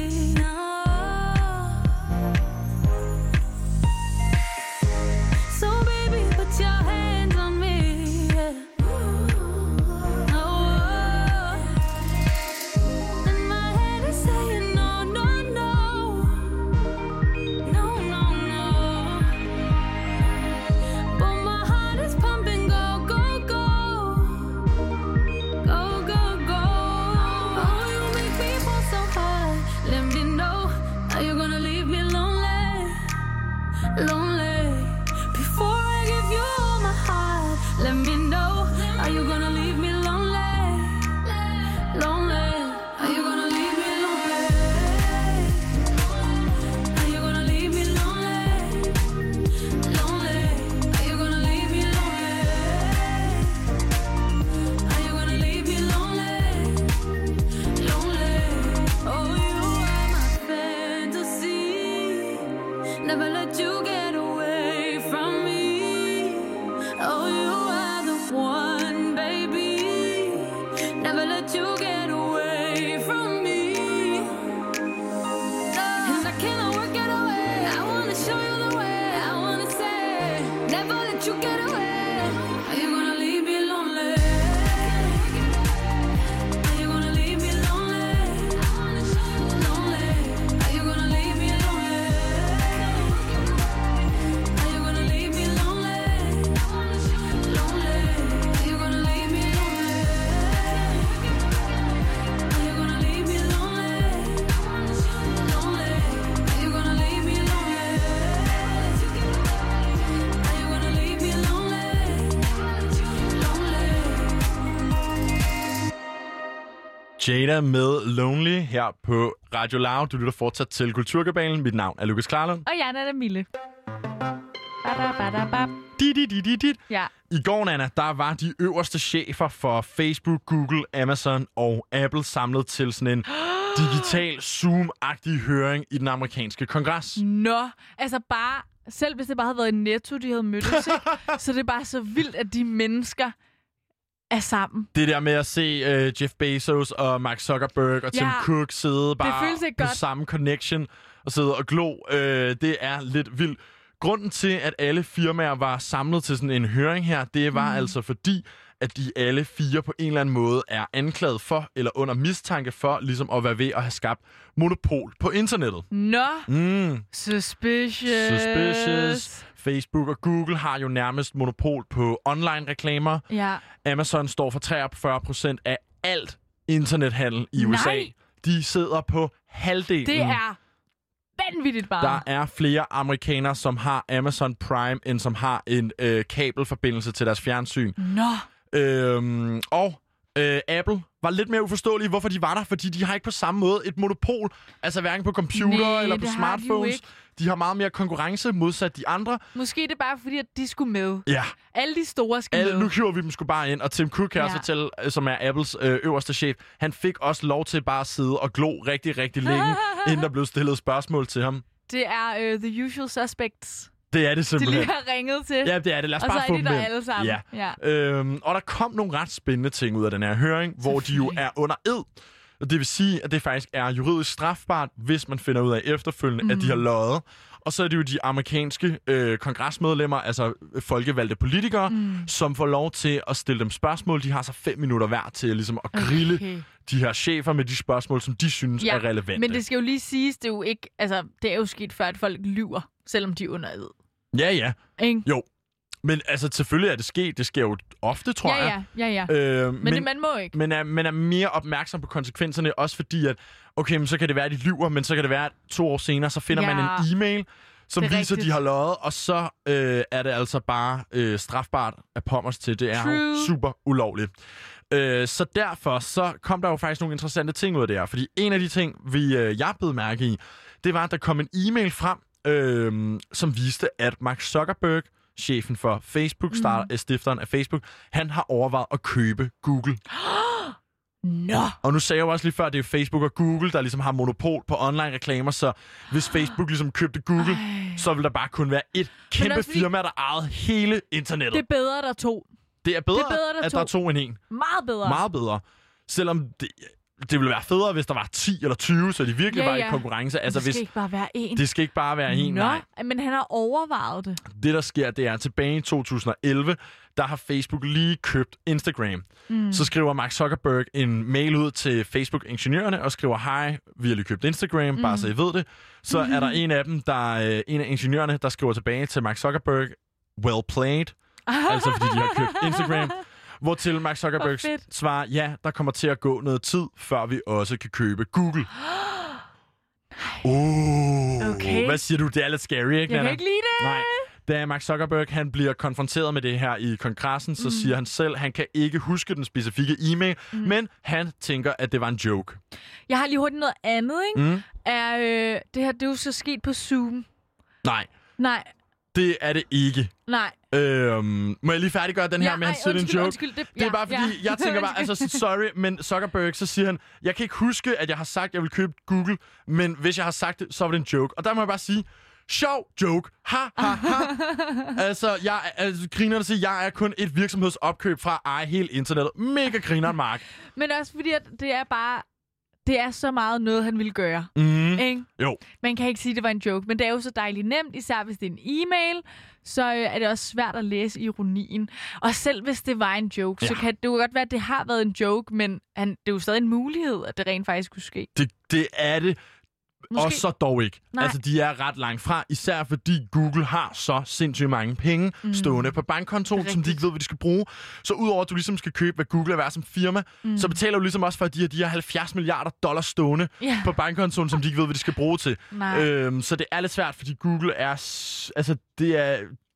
Jada med Lonely her på Radio Loud. Du lytter fortsat til Kulturkabalen. Mit navn er Lukas Klarlund. Og jeg er Mille. Ja. I går, Nana, der var de øverste chefer for Facebook, Google, Amazon og Apple samlet til sådan en digital Zoom-agtig høring i den amerikanske kongres. Nå, altså bare selv hvis det bare havde været en Netto, de havde mødtes, ikke? Så det er bare så vildt, at de mennesker er sammen. Det der med at se Jeff Bezos og Mark Zuckerberg og Tim Cook sidde bare på samme connection og sidde og glo, det er lidt vildt. Grunden til, at alle firmaer var samlet til sådan en høring her, det var altså fordi, at de alle 4 på en eller anden måde er anklaget for, eller under mistanke for, ligesom at være ved at have skabt monopol på internettet. Suspicious. Facebook og Google har jo nærmest monopol på online-reklamer. Ja. Amazon står for 43% af alt internethandel i USA. De sidder på halvdelen. Det er vanvittigt bare. Der er flere amerikanere, som har Amazon Prime, end som har en kabelforbindelse til deres fjernsyn. Apple var lidt mere uforståelige, hvorfor de var der, fordi de har ikke på samme måde et monopol, altså hverken på computer eller på smartphones. De har meget mere konkurrence modsat de andre. Måske det er bare fordi, at de skulle med. Ja. Alle de store skal med. Nu køber vi dem sgu bare ind, og Tim Cook kan også fortælle, som er Apples øverste chef, han fik også lov til bare at sidde og glo rigtig, rigtig længe, inden der blev stillet spørgsmål til ham. Det er the usual suspects. Det er det simpelthen. De lige har ringet til. Ja, det er det. Lad os bare få dem og så er de der alle sammen. Ja. Og der kom nogle ret spændende ting ud af den her høring, hvor de jo er under ed. Og det vil sige, at det faktisk er juridisk strafbart, hvis man finder ud af efterfølgende, at de har løjet. Og så er det jo de amerikanske kongresmedlemmer, altså folkevalgte politikere, som får lov til at stille dem spørgsmål. De har så 5 minutter hver til ligesom at grille de her chefer med de spørgsmål, som de synes er relevante. Men det skal jo lige siges, det er jo ikke, altså det er jo sket før, at folk lyver, selvom de er under ed. Ja. Ikke? Jo. Men altså, selvfølgelig er det sket. Det sker jo ofte, tror jeg. Ja. Men det man må ikke. Men er mere opmærksom på konsekvenserne, også fordi, at okay, men så kan det være, at de lyver, men så kan det være, at 2 år senere, så finder man en e-mail, som viser, at de har løjet, og så er det altså bare strafbart at pommers til. Det er jo super ulovligt. Så derfor så kom der jo faktisk nogle interessante ting ud af det her. Fordi en af de ting, jeg bed mærke i, det var, at der kom en e-mail frem, som viste, at Mark Zuckerberg, chefen for Facebook, stifteren af Facebook, han har overvejet at købe Google. Og nu sagde jeg jo også lige før, at det er Facebook og Google, der ligesom har monopol på online-reklamer, så hvis Facebook ligesom købte Google, så vil der bare kun være et kæmpe firma, der ejede hele internettet. Det er bedre, der er 2. Det er bedre, at der er 2 end 1. Meget bedre. Meget bedre. Selvom det ville være federe, hvis der var 10 eller 20, så de virkelig var i konkurrence. Altså, det skal ikke bare være 1. Det skal ikke bare være 1, nej. Men han har overvejet det. Det, der sker, det er tilbage i 2011, der har Facebook lige købt Instagram. Så skriver Mark Zuckerberg en mail ud til Facebook-ingeniørerne og skriver, hej, vi har lige købt Instagram, bare så I ved det. Så er der en af dem, en af ingeniørerne, der skriver tilbage til Mark Zuckerberg, well played, altså fordi de har købt Instagram. Hvortil Mark Zuckerberg svarer, ja, der kommer til at gå noget tid, før vi også kan købe Google. Okay. Hvad siger du? Det er lidt scary, ikke? Jeg kan ikke lide det. Nej. Da Mark Zuckerberg han bliver konfronteret med det her i kongressen, så siger han selv, han kan ikke huske den specifikke e-mail, men han tænker, at det var en joke. Jeg har lige hurtigt noget andet, ikke? Det her, det er jo så sket på Zoom. Nej. Det er det ikke. Nej. Må jeg lige færdiggøre den her med, at han siger en joke? Undskyld, det er bare fordi, jeg tænker bare, altså sorry, men Zuckerberg, så siger han, jeg kan ikke huske, at jeg har sagt, at jeg vil købe Google, men hvis jeg har sagt det, så var det en joke. Og der må jeg bare sige, sjov joke. Ha. Altså, grinerne siger, jeg er kun et virksomhedsopkøb fra at eje hele internettet. Mega grineren, Mark. Men også fordi, at det er bare... Det er så meget noget, han ville gøre. Ikke? Jo. Man kan ikke sige, at det var en joke, men det er jo så dejligt nemt, især hvis det er en e-mail, så er det også svært at læse ironien. Og selv hvis det var en joke, så kan det jo godt være, at det har været en joke, men det er jo stadig en mulighed, at det rent faktisk kunne ske. Det er det. Måske. Og så dog ikke. Nej. Altså, de er ret langt fra, især fordi Google har så sindssygt mange penge stående på bankkontoen, som de ikke ved, hvad de skal bruge. Så udover at du ligesom skal købe, hvad Google er værd som firma, så betaler du ligesom også for, at de har 70 milliarder dollars stående på bankkontoen, som de ikke ved, hvad de skal bruge til. Så det er lidt svært, fordi Google er... Altså, det er...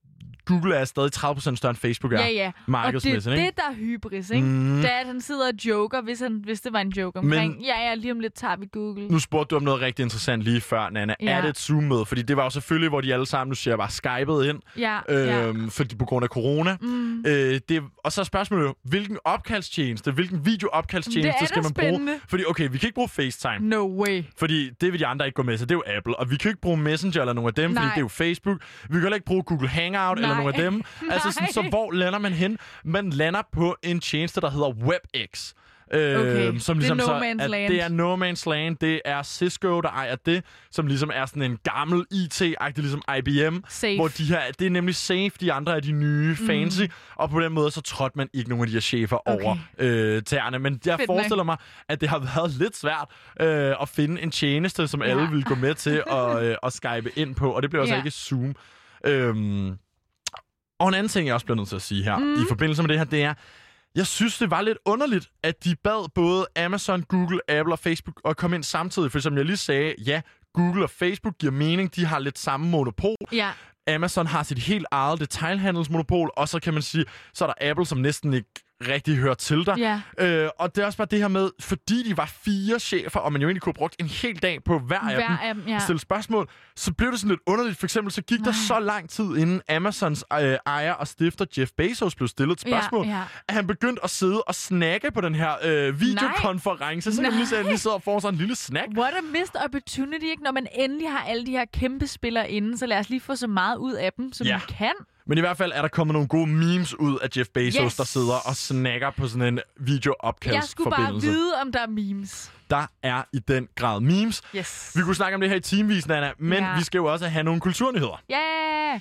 Google er stadig 30% større end Facebook er. Ja. Og det er det, der er hybris, ikke? Det er, at han sidder og joker, hvis det var en joke omkring. Lige om lidt tager vi Google. Nu spurgte du om noget rigtig interessant lige før, Nana. Ja. Er det et Zoom-møde? Fordi det var jo selvfølgelig, hvor de alle sammen, nu siger jeg bare, skypede ind. Fordi på grund af corona. Og så er spørgsmålet jo, hvilken opkaldstjeneste, hvilken videoopkaldstjeneste skal man bruge? Fordi, okay, vi kan ikke bruge FaceTime. No way. Fordi det vil de andre ikke gå med, så det er jo Apple. Og vi kan ikke bruge Messenger eller nogen af dem, fordi det er jo Facebook. Vi kan heller ikke bruge Google Hangout eller nogen af dem. Altså sådan, så hvor lander man hen? Man lander på en tjeneste, der hedder WebEx. Som ligesom det er No Man's Land. Det er No Man's Land. Det er Cisco, der ejer det, som ligesom er sådan en gammel IT-agtig, ligesom IBM. Safe. Hvor det er nemlig safe, de andre er de nye fancy, og på den måde så trådte man ikke nogen af de her chefer over tæerne. Men jeg forestiller mig, at det har været lidt svært at finde en tjeneste, som alle ville gå med til at skype ind på, og det bliver altså ikke Zoom. Og en anden ting, jeg også bliver nødt til at sige her, i forbindelse med det her, det er, jeg synes, det var lidt underligt, at de bad både Amazon, Google, Apple og Facebook at komme ind samtidig. For som jeg lige sagde, ja, Google og Facebook giver mening. De har lidt samme monopol. Ja. Amazon har sit helt eget detailhandelsmonopol, og så kan man sige, så er der Apple, som næsten ikke rigtig hører til dig. Ja. Og det er også bare det her med, fordi de var 4 chefer, og man jo egentlig kunne have brugt en hel dag på hver af dem at stille spørgsmål, så blev det sådan lidt underligt. For eksempel så gik der så lang tid, inden Amazons ejer og stifter Jeff Bezos blev stillet et spørgsmål, at han begyndte at sidde og snakke på den her videokonference. Så kan man lige sidde og få sådan en lille snack. What a missed opportunity, ikke? Når man endelig har alle de her kæmpe spillere inde, så lad os lige få så meget ud af dem, som vi kan. Men i hvert fald er der kommet nogle gode memes ud af Jeff Bezos, der sidder og snakker på sådan en videoopkaldsforbindelse. Jeg skulle bare vide, om der er memes. Der er i den grad memes. Yes. Vi kunne snakke om det her i timevis, Nana, men vi skal jo også have nogle kulturnyheder. Ja! Yeah.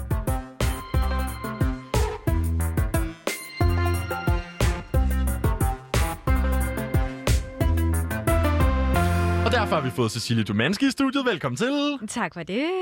Og derfor har vi fået Cecilie Dumanski i studiet. Velkommen til. Tak for det.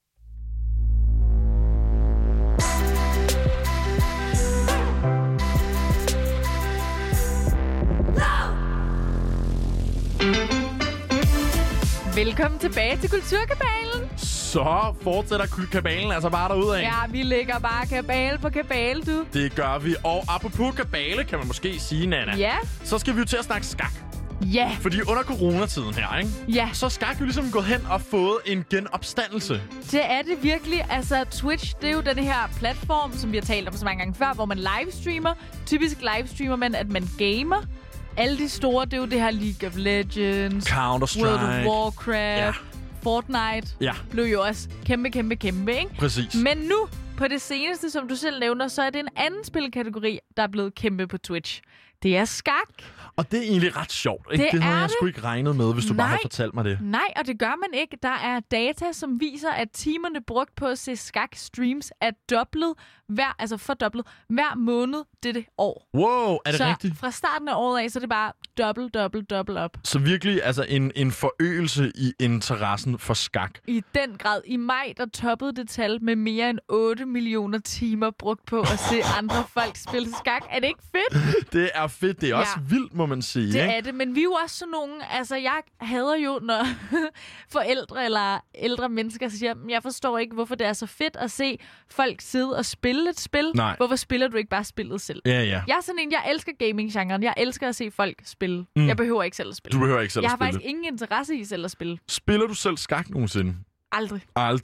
Velkommen tilbage til Kulturkabalen. Så fortsætter kabalen altså bare derudad. Ja, vi lægger bare kabale på kabale, du. Det gør vi. Og apropos kabale, kan man måske sige, Nana. Ja. Så skal vi jo til at snakke skak. Ja. Fordi under coronatiden her, ikke? Ja. Så er skak jo ligesom gået hen og fået en genopstandelse. Det er det virkelig. Altså, Twitch, det er jo den her platform, som vi har talt om så mange gange før, hvor man livestreamer. Typisk livestreamer man, at man gamer. Alle de store, det er jo det her League of Legends, Counter-Strike, World of Warcraft, Fortnite. Blev jo også kæmpe, ikke? Præcis. Men nu, på det seneste, som du selv nævner, så er det en anden spilkategori, der er blevet kæmpe på Twitch. Det er skak. Og det er egentlig ret sjovt, ikke? Det havde jeg sgu ikke regnet med, hvis du bare havde fortalt mig det. Nej, og det gør man ikke. Der er data, som viser, at timerne brugt på at se skak-streams er fordoblet hver måned dette år. Wow, er det rigtigt? Så fra starten af året af, så er det bare dobbelt op. Så virkelig altså en forøgelse i interessen for skak. I den grad. I maj, der toppede det tal med mere end 8 millioner timer brugt på at se andre folk spille skak. Er det ikke fedt? Det er fedt. Det er også vildt, må man sige. Det ikke? er det, men vi er jo også sådan nogle... Altså, jeg hader jo, når forældre eller ældre mennesker siger, jeg forstår ikke, hvorfor det er så fedt at se folk sidde og spille et spil. Nej. Hvorfor spiller du ikke bare spillet selv? Ja. Jeg er sådan en, jeg elsker gaming-genren. Jeg elsker at se folk spille. Jeg behøver ikke selv at spille. Du behøver ikke selv at spille. Jeg har faktisk ingen interesse i selv at spille. Spiller du selv skak nogensinde? Aldrig.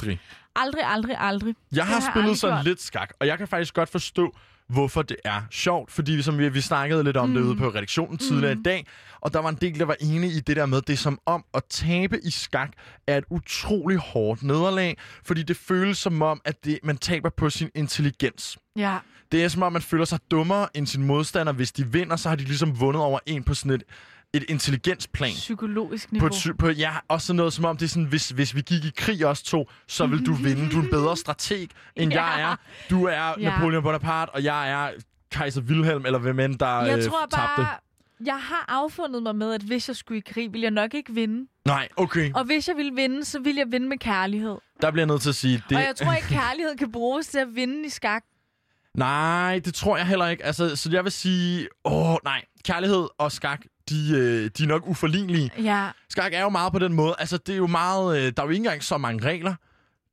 Aldrig. Jeg har spillet sådan lidt skak, og jeg kan faktisk godt forstå, hvorfor det er sjovt. Fordi som vi snakkede lidt om det ude på redaktionen tidligere i dag, og der var en del, der var enige i det der med, det er som om at tabe i skak er et utrolig hårdt nederlag, fordi det føles som om, at man taber på sin intelligens. Ja. Det er som om, man føler sig dummere end sin modstander. Hvis de vinder, så har de ligesom vundet over en på sådan et intelligensplan. Psykologisk niveau. Også noget som om, det er sådan, hvis vi gik i krig os to, så vil du vinde. Du er en bedre strateg, end jeg er. Du er Napoleon Bonaparte, og jeg er kejser Wilhelm, eller hvem end der Jeg tror tabte. bare, jeg har affundet mig med, at hvis jeg skulle i krig, ville jeg nok ikke vinde. Nej, okay. Og hvis jeg ville vinde, så ville jeg vinde med kærlighed. Der bliver jeg nødt til at sige det. Og jeg tror ikke, kærlighed kan bruges til at vinde i skak. Nej, det tror jeg heller ikke. Altså, så jeg vil sige, nej, kærlighed og skak, de er nok uforlignelige. Ja. Skak er jo meget på den måde. Altså, det er jo meget... der er jo ikke engang så mange regler.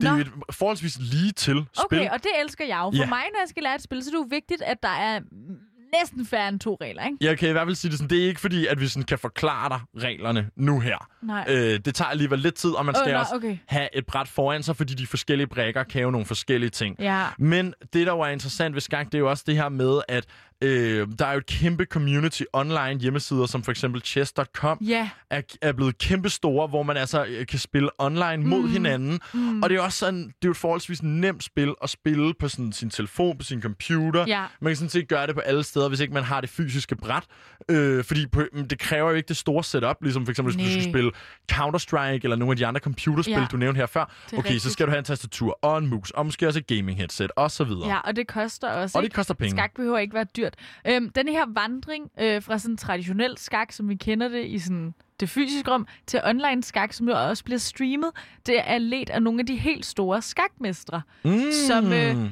Det er jo et forholdsvis lige til spil. Okay, og det elsker jeg jo. For mig, når jeg skal lære et spil, så er det jo vigtigt, at der er næsten færre end 2 regler, ikke? Jeg kan i hvert fald sige det sådan, det er ikke fordi, at vi sådan kan forklare dig reglerne nu her. Nej. Det tager alligevel lidt tid, og man skal også have et bræt foran sig, fordi de forskellige brækker kan jo nogle forskellige ting. Ja. Men det, der jo er interessant ved skak, det er jo også det her med, at der er jo et kæmpe community online hjemmesider, som for eksempel chess.com, er blevet kæmpe store, hvor man altså kan spille online mod hinanden. Og det er også sådan, det er jo et forholdsvis nemt spil at spille på sådan sin telefon, på sin computer. Ja. Man kan sådan set gøre det på alle steder, hvis ikke man har det fysiske bræt. Fordi det kræver jo ikke det store setup, ligesom for eksempel, hvis du skal spille Counter-Strike eller nogle af de andre computerspil, du nævnte her før. Okay, så skal du have en tastatur og en mus, og måske også et gaming headset, og så videre. Ja, og det koster også. Og det koster penge. Skak behøver ikke være dyrt. Den her vandring fra sådan traditionel skak, som vi kender det i sådan det fysiske rum, til online skak, som jo også bliver streamet, det er ledt af nogle af de helt store skakmestre, som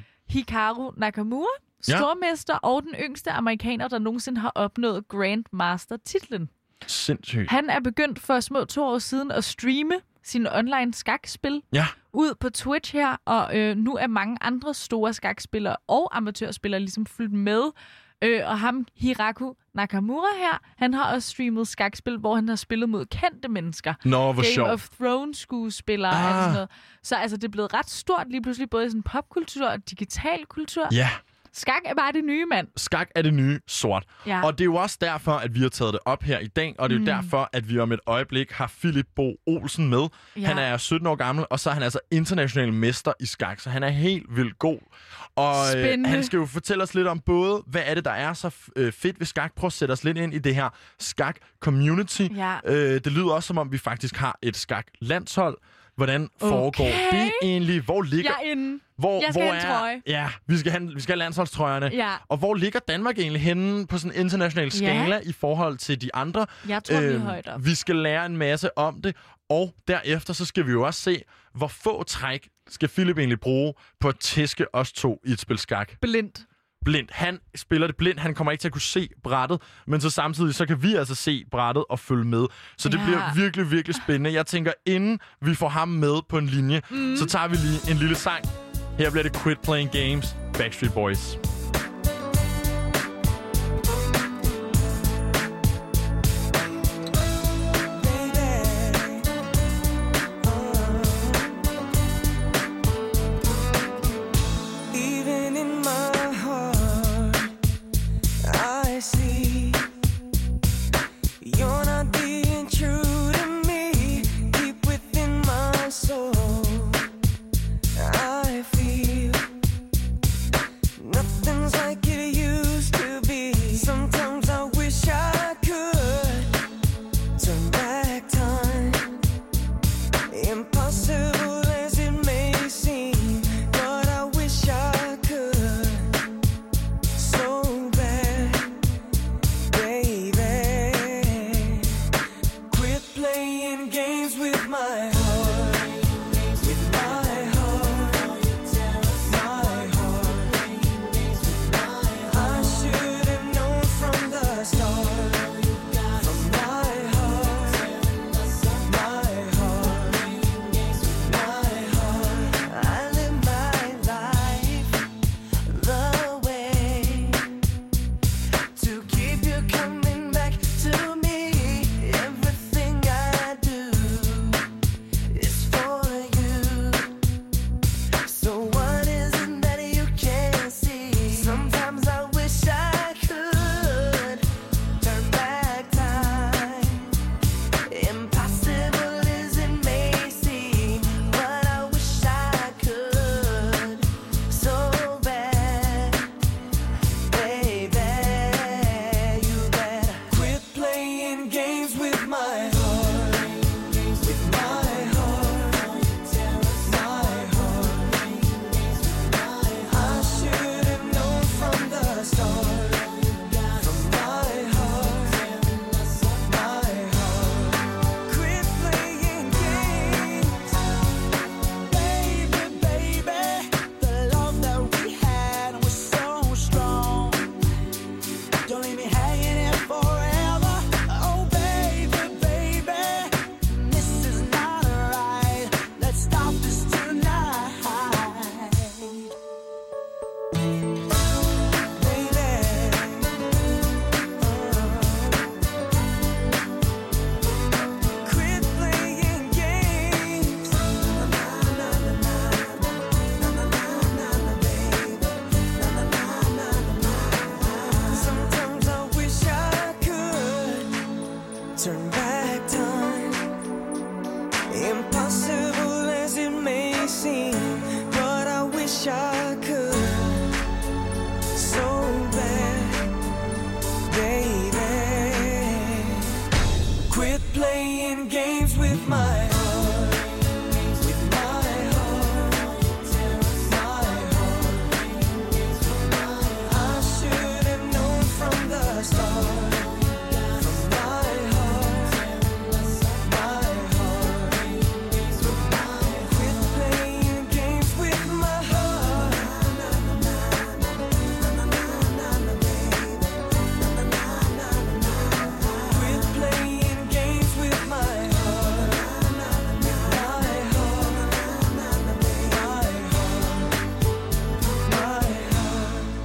Hikaru Nakamura, stormester og den yngste amerikaner, der nogensinde har opnået Grandmaster-titlen. Sindssygt. Han er begyndt for små 2 år siden at streame sine online skakspil ud på Twitch her, og nu er mange andre store skakspillere og amatørspillere ligesom fulgt med. Og ham, Hikaru Nakamura her, han har også streamet skakspil, hvor han har spillet mod kendte mennesker. Nå, hvor sjovt. Game of Thrones-skuespillere og sådan noget. Så altså, det er blevet ret stort lige pludselig, både i sådan popkultur og digital kultur. Ja. Skak er bare det nye, mand. Skak er det nye sort. Ja. Og det er jo også derfor, at vi har taget det op her i dag, og det er jo derfor, at vi om et øjeblik har Philip Bo Olsen med. Ja. Han er 17 år gammel, og så er han altså international mester i skak, så han er helt vildt god. Og han skal jo fortælle os lidt om både, hvad er det, der er så fedt ved skak. Prøv at sætte os lidt ind i det her skak-community. Ja. Det lyder også, som om vi faktisk har et skak-landshold. Hvordan foregår det egentlig? Hvor ligger... Jeg er inde. Jeg skal have en trøje. Ja, vi skal have landsholdstrøjerne. Ja. Og hvor ligger Danmark egentlig henne på sådan en international skala i forhold til de andre? Jeg tror, vi er højt op. Vi skal lære en masse om det, og derefter så skal vi jo også se, hvor få træk skal Philip egentlig bruge på at tæske os to i et spil skak. Blindt. Han spiller det blindt. Han kommer ikke til at kunne se brættet, men så samtidig så kan vi altså se brættet og følge med. Så det bliver virkelig, virkelig spændende. Jeg tænker, inden vi får ham med på en linje, så tager vi lige en lille sang. Her bliver det Quit Playing Games, Backstreet Boys. Nothing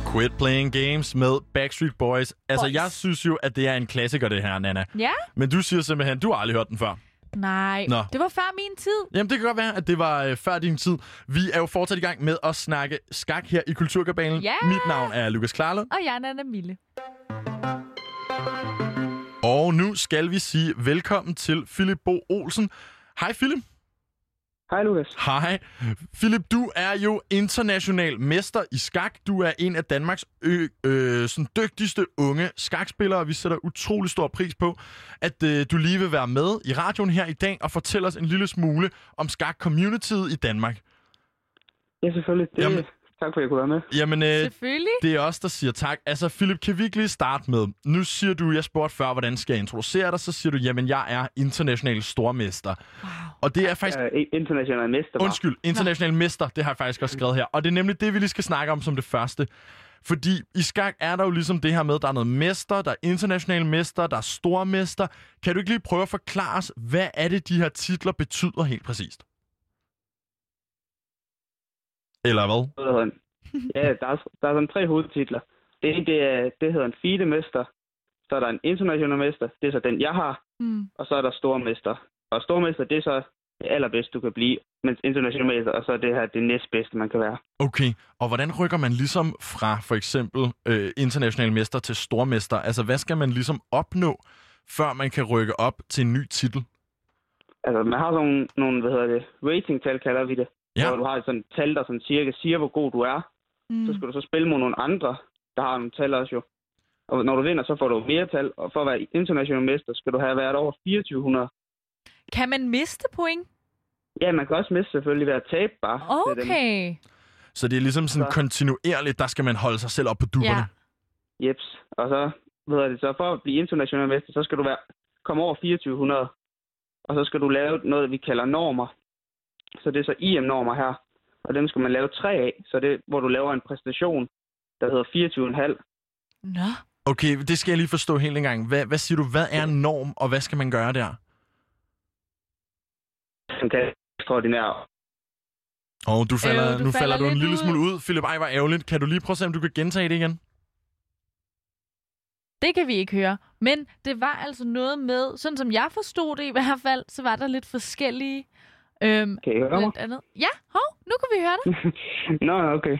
Quit Playing Games med Backstreet Boys. Altså, jeg synes jo, at det er en klassiker, det her, Nana. Ja. Men du siger simpelthen, du har aldrig hørt den før. Nej, Nå. Det var før min tid. Jamen, det kan godt være, at det var før din tid. Vi er jo fortsat i gang med at snakke skak her i Kulturkabalen. Ja. Mit navn er Lukas Klarlund. Og jeg er Nana Mille. Og nu skal vi sige velkommen til Philip Bo Olsen. Hej, Philip. Hej, Lukas. Hej. Philip, du er jo international mester i skak. Du er en af Danmarks sådan dygtigste unge skakspillere. Vi sætter utrolig stor pris på, at du lige vil være med i radioen her i dag og fortælle os en lille smule om skak-communityet i Danmark. Ja, selvfølgelig. Jamen. Tak for, at jeg kunne være med. Jamen, Selvfølgelig. det er os, der siger tak. Altså, Philip, kan vi ikke lige starte med? Nu siger du, jeg spurgte før, hvordan skal jeg introducere dig? Så siger du, jamen, jeg er international stormester. Wow. Og det er faktisk... International mester. Undskyld, international mester, det har jeg faktisk også skrevet her. Og det er nemlig det, vi lige skal snakke om som det første. Fordi i skak er der jo ligesom det her med, der er noget mester, der er international mester, der er stormester. Kan du ikke lige prøve at forklare os, hvad er det, de her titler betyder helt præcist? Eller hvad? Ja, der er sådan 3 hovedtitler. Det ene, det hedder en FIDE-mester. Så er der en international mester. Det er så den, jeg har. Og så er der stormester. Og stormester, det er så det allerbedste, du kan blive. Mens international mester, og så er det her det næstbedste, man kan være. Okay, og hvordan rykker man ligesom fra for eksempel international mester til stormester? Altså, hvad skal man ligesom opnå, før man kan rykke op til en ny titel? Altså, man har sådan nogle ratingtal, kalder vi det. Ja. Hvor du har sådan et tal, der sådan cirka siger, hvor god du er. Så skal du så spille mod nogle andre, der har nogle tal også jo. Og når du vinder, så får du mere tal. Og for at være international mester, skal du have været over 2400. Kan man miste point? Ja, man kan også miste selvfølgelig ved at tabe bare. Okay. Så det er ligesom sådan kontinuerligt, der skal man holde sig selv op på dupperne. Ja. Jeps. Og så, så for at blive international mester, så skal du komme over 2400. Og så skal du lave noget, vi kalder normer. Så det er så IM-normer her. Og dem skal man lave 3 af. Så det hvor du laver en præstation, der hedder 24,5. Nå. Okay, det skal jeg lige forstå helt en gang. Hvad siger du? Hvad er en norm, og hvad skal man gøre der? Som kan ekstraordinært. Og nu falder du en lille ud. smule ud. Philip, ej, hvor ærgerligt. Kan du lige prøve at se, om du kan gentage det igen? Det kan vi ikke høre. Men det var altså noget med, sådan som jeg forstod det i hvert fald, så var der lidt forskellige... Kan I høre mig? andet. Ja, nu kan vi høre det. Nå, okay.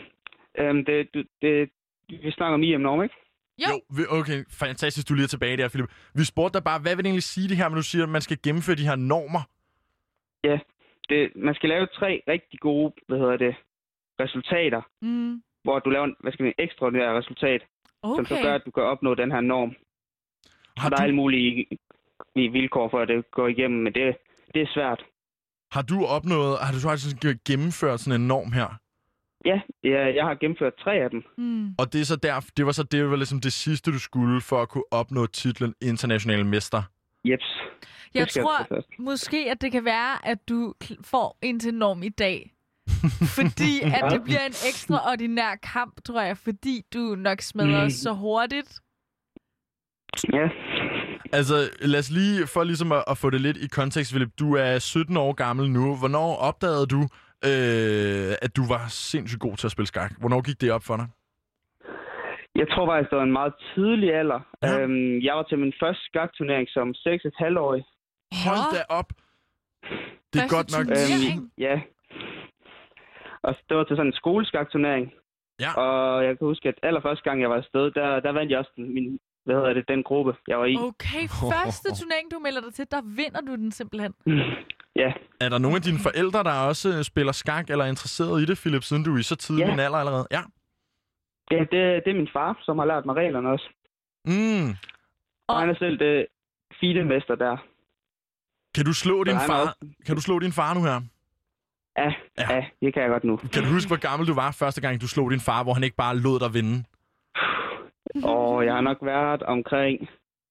Vi snakker om IM-norm, ikke? Jo. Okay, fantastisk, du lige er tilbage der, Philip. Vi spurgte dig bare, hvad vil det egentlig sige det her, når du siger, at man skal gennemføre de her normer? Ja, man skal lave 3 rigtig gode, resultater, hvor du laver en ekstraordinær resultat, som så gør, at du kan opnå den her norm. Og der er alle mulige vilkår for, at det går igennem, men det er svært. Har du faktisk gennemført sådan en norm her? Ja, jeg har gennemført 3 af dem. Og det er så det var ligesom det sidste, du skulle for at kunne opnå titlen international mester? Jeps. Jeg tror måske, at det kan være, at du får en til norm i dag. Fordi at det bliver en ekstraordinær kamp, tror jeg, fordi du nok smadrer os så hurtigt. Ja. Altså, lad os lige, for ligesom at få det lidt i kontekst, Philip. Du er 17 år gammel nu. Hvornår opdagede du, at du var sindssygt god til at spille skak? Hvornår gik det op for dig? Jeg tror faktisk, det var en meget tidlig alder. Ja. Jeg var til min første skakturnering som 6,5-årig. Hold da op! Det er godt nok... Ja. Og det var til sådan en skoleskakturnering. Ja. Og jeg kan huske, at allerførste gang, jeg var afsted, der vandt jeg også den gruppe, jeg var i. Okay, første turnering, du melder dig til, der vinder du den simpelthen. Ja. Er der nogle af dine forældre, der også spiller skak eller er interesseret i det, Philip, siden du er i så tidlig en alder allerede? Ja. Ja, det er min far, som har lært mig reglerne også. Og han er selv det FIDE-mester der. Kan du slå din far nu her? Ja, det kan jeg godt nu. Kan du huske, hvor gammel du var første gang, du slog din far, hvor han ikke bare lod dig vinde? Og jeg har nok været omkring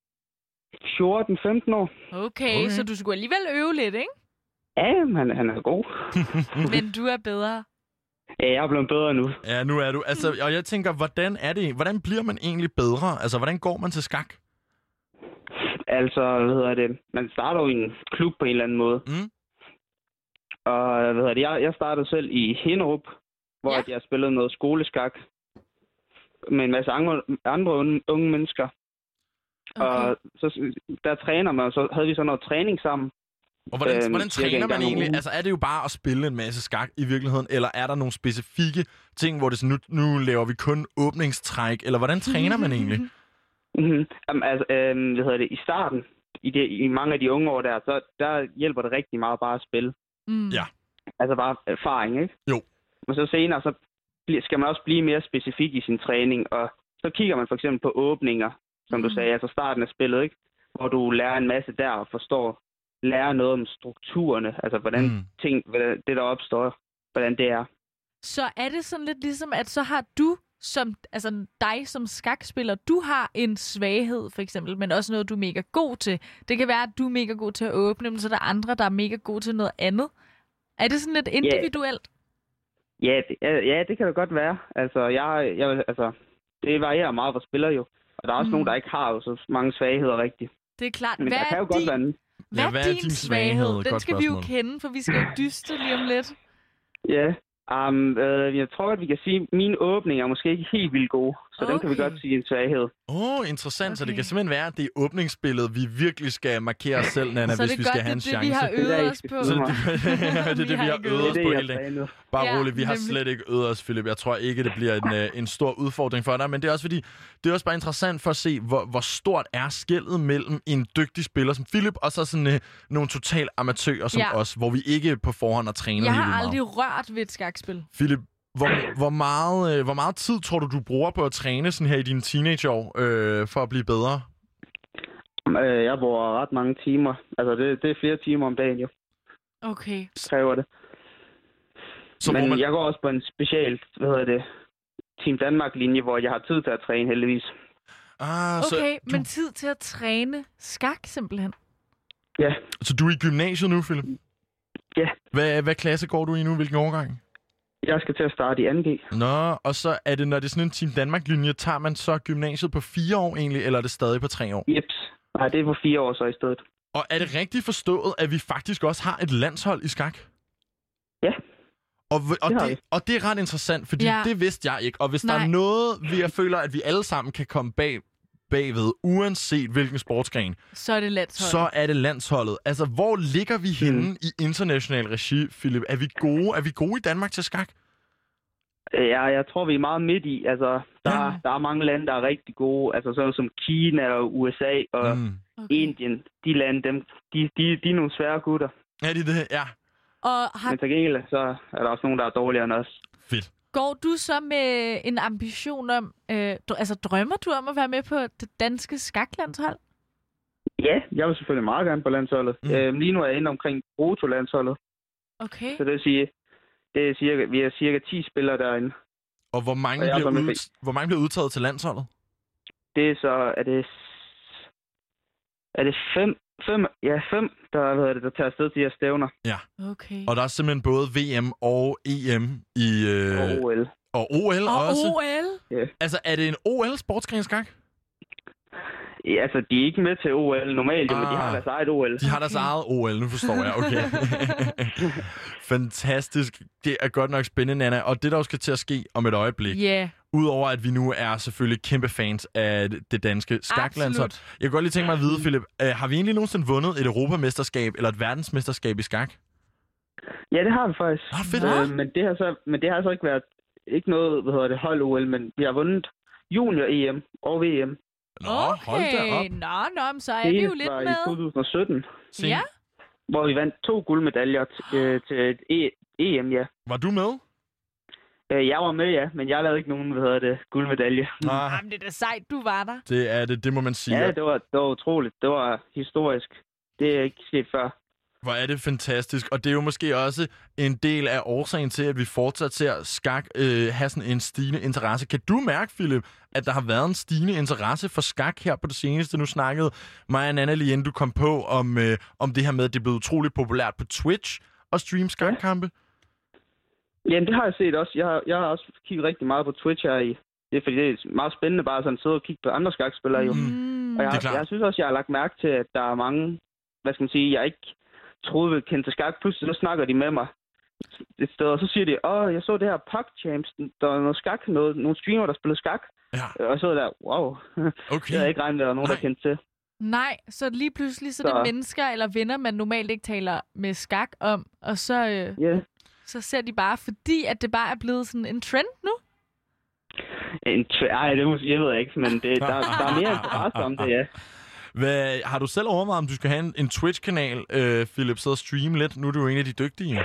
14-15 år. Okay, så du skulle alligevel øve lidt, ikke? Ja, han er god. Men du er bedre. Ja, jeg er blevet bedre nu. Ja, nu er du. Altså, og jeg tænker, hvordan bliver man egentlig bedre? Altså, hvordan går man til skak? Altså, man starter jo i en klub på en eller anden måde. Og jeg startede selv i Hinderup, hvor jeg spillede noget skoleskak. med en masse andre unge mennesker. Okay. Og så der træner man, og så havde vi så noget træning sammen. Og hvordan træner man egentlig? Altså er det jo bare at spille en masse skak i virkeligheden, eller er der nogle specifikke ting, hvor det sådan, nu laver vi kun åbningstræk, eller hvordan træner man egentlig? I starten, i mange af de unge år der hjælper det rigtig meget bare at spille. Ja. Altså bare erfaring, ikke? Jo. Og så senere, så skal man også blive mere specifik i sin træning, og så kigger man for eksempel på åbninger, som du sagde, altså starten af spillet, ikke? Hvor du lærer en masse der og lærer noget om strukturerne, altså hvordan det der opstår, hvordan det er. Så er det sådan lidt ligesom, at så har du dig som skakspiller, du har en svaghed for eksempel, men også noget, du er mega god til. Det kan være, at du er mega god til at åbne, men så er der andre, der er mega gode til noget andet. Er det sådan lidt individuelt? Ja, det kan det godt være. Altså, det varierer meget, hvor spiller jo. Og der er også nogen, der ikke har så mange svagheder rigtigt. Det er klart. Men der kan jo godt være Hvad er din svaghed? Den skal vi jo kende, for vi skal jo dyste lige om lidt. Ja, jeg tror, at vi kan sige, at mine åbninger er måske ikke helt vildt gode. Så den kan vi godt sige en svaghed. Interessant. Okay. Så det kan simpelthen være, at det er åbningsspillet, vi virkelig skal markere os selv, Nana, hvis vi skal have en chance. Så det er det, vi har øvet os på. Det er det, vi har øvet os på hele dagen. Bare roligt, vi har slet ikke øvet os, Philip. Jeg tror ikke, det bliver en stor udfordring for dig. Men det er også fordi, det er også bare interessant for at se, hvor stort er skellet mellem en dygtig spiller som Philip, og så sådan nogle total amatører som os, hvor vi ikke på forhånd har trænet helt meget. Jeg har aldrig rørt ved et skakspil. Philip, hvor meget tid tror du bruger på at træne sådan her i dine teenageår for at blive bedre? Jeg bruger ret mange timer. Altså, det er flere timer om dagen, jo. Okay. Kræver det. Men jeg går også på en special, Team Danmark-linje, hvor jeg har tid til at træne, heldigvis. Men tid til at træne skak, simpelthen? Ja. Så du er i gymnasiet nu, Philip? Ja. Hvad klasse går du i nu? Hvilken årgang? Jeg skal til at starte i 2G. Nå, og så er det, når det er sådan en Team Danmark-linje, tager man så gymnasiet på 4 år egentlig, eller er det stadig på 3 år? Jeps. Nej, det er på 4 år så i stedet. Og er det rigtigt forstået, at vi faktisk også har et landshold i skak? Ja. Og det er ret interessant, fordi det vidste jeg ikke. Og hvis der er noget, jeg føler, at vi alle sammen kan komme bagved, uanset hvilken sportsgren, så er det landsholdet. Så er det landsholdet. Altså, hvor ligger vi henne i international regi, Philip? Er vi gode? Er vi gode i Danmark til skak? Ja, jeg tror, vi er meget midt i. Altså, der er mange lande, der er rigtig gode. Altså, sådan som Kina og USA og Indien. De lande, de er nogle svære gutter. Er de det? Ja. Men til gengæld, så er der også nogen, der er dårligere end os. Fedt. Går du så med en ambition om, drømmer du om at være med på det danske skaklandshold? Ja, jeg vil selvfølgelig meget gerne på landsholdet. Lige nu er jeg inde omkring Proto-landsholdet. Okay. Så det vil sige, vi er cirka 10 spillere derinde. Og hvor mange bliver udtaget til landsholdet? Det er så, er det 5, der tager afsted til de her stævner. Ja. Okay. Og der er simpelthen både VM og EM i... og OL. Og OL også? OL? Yeah. Altså, er det en OL-sportsgren skak? Ja, altså, de er ikke med til OL normalt, men de har deres eget OL. De har deres eget OL, nu forstår jeg. Okay. Fantastisk. Det er godt nok spændende, Nana. Og det, der også skal til at ske om et øjeblik, udover at vi nu er selvfølgelig kæmpe fans af det danske skaklandshold. Jeg kunne godt lige tænke mig at vide, Philip, har vi egentlig nogensinde vundet et europamesterskab eller et verdensmesterskab i skak? Ja, det har vi faktisk. Fedt. Men det har så ikke været ikke noget, hold-OL, men vi har vundet junior-EM og VM. Hold da op. Nå, så er vi jo lidt med. Det var i 2017. Ja. Hvor vi vandt 2 guldmedaljer til et EM, ja. Var du med? Jeg var med, ja, men jeg lavede ikke nogen, guldmedalje. Jamen, det er da sejt, du var der. Det er det må man sige. Ja, det var utroligt. Det var historisk. Det er ikke sket før. Hvor er det fantastisk. Og det er jo måske også en del af årsagen til, at vi fortsat ser skak have sådan en stigende interesse. Kan du mærke, Philip, at der har været en stigende interesse for skak her på det seneste? Nu snakkede mig og Nana lige inden du kom på om det her med, at det er blevet utroligt populært på Twitch at streame skakkampe. Jamen, det har jeg set også. Jeg har også kigget rigtig meget på Twitch her i. Det er fordi, det er meget spændende bare sådan at sidde og kigge på andre skakspillere jo. Og jeg synes også, jeg har lagt mærke til, at der er mange, jeg ikke troede ville kende til skak. Pludselig så snakker de med mig et sted, og så siger de, jeg så det her PogChamps, der er noget skak, nogle streamer, der spiller skak. Ja. Og så der, wow. Okay. Det havde jeg ikke regnet med, at der var nogen, der kendte til. Nej, så lige pludselig så er det mennesker eller venner, man normalt ikke taler med skak om, og så, så ser de bare, fordi at det bare er blevet sådan en trend nu. Jeg ved ikke, men der er mere interesse om det, ja. Har du selv overvejet, om du skal have en Twitch-kanal, Philip, så streame lidt? Nu er du jo en af de dygtige.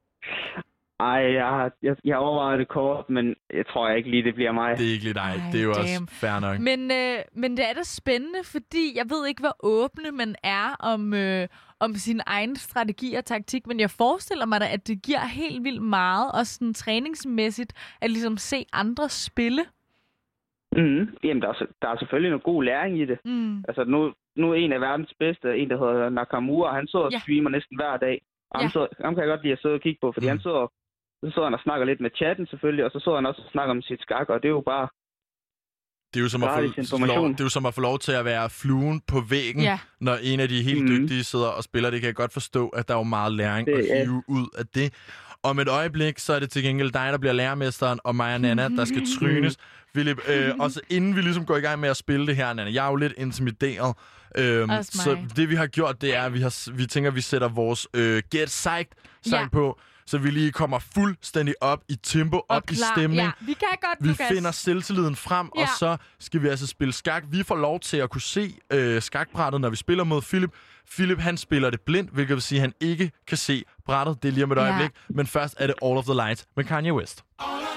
Jeg overvejer det kort, men jeg tror ikke lige, det bliver mig. Det er ikke lige dig. Det er jo også fair nok. Men det er da spændende, fordi jeg ved ikke, hvor åbne man er om sin egen strategi og taktik, men jeg forestiller mig da, at det giver helt vildt meget, også sådan træningsmæssigt, at ligesom se andre spille. Jamen, der er selvfølgelig noget god læring i det. Altså, nu er en af verdens bedste, en der hedder Nakamura, han sidder og streamer næsten hver dag. Ham kan jeg godt lide at sidde og kigge på, fordi så sidder han og snakker lidt med chatten selvfølgelig, og så sidder han også og snakker om sit skak, og det er jo bare... Det er jo som at få lov til at være fluen på væggen, når en af de helt dygtige sidder og spiller. Det kan jeg godt forstå, at der er jo meget læring at hive ud af det. Om et øjeblik, så er det til gengæld dig, der bliver lærermesteren, og mig og Nana, der skal trynes. Philip, også inden vi ligesom går i gang med at spille det her, Nana, jeg er jo lidt intimideret. Så det vi har gjort, det er, at vi tænker, at vi sætter vores Get Psyched-sang på, så vi lige kommer fuldstændig op i tempo, op i stemning. Ja. Vi kan godt, vi finder selvtilliden frem, og så skal vi altså spille skak. Vi får lov til at kunne se skakbrættet, når vi spiller mod Philip. Philip, han spiller det blindt, hvilket vil sige, at han ikke kan se brættet. Det er lige om et øjeblik. Men først er det All of the Lights med Kanye West.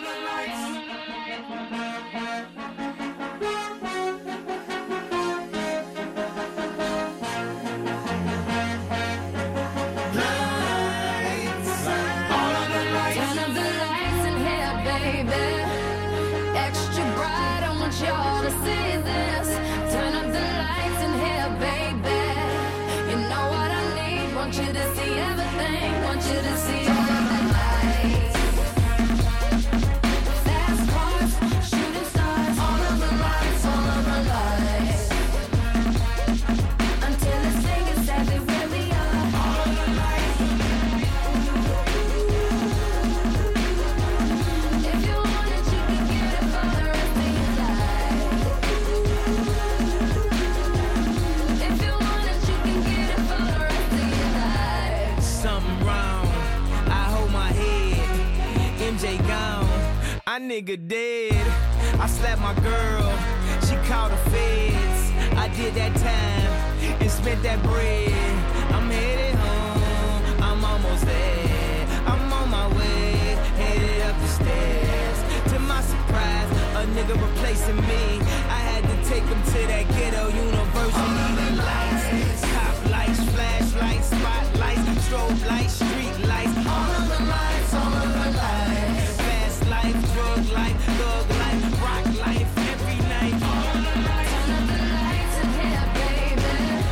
Nigga dead. I slapped my girl. She called the feds. I did that time and spent that bread. I'm headed home. I'm almost there. I'm on my way. Headed up the stairs. To my surprise, a nigga replacing me. I had to take him to that ghetto university. The lights, cop lights, flashlights, spotlights, strobe lights, street lights. All of the lights, all of the lights. Life, drug life, thug life, rock life, every night. All the lights. Turn up the lights in here, baby.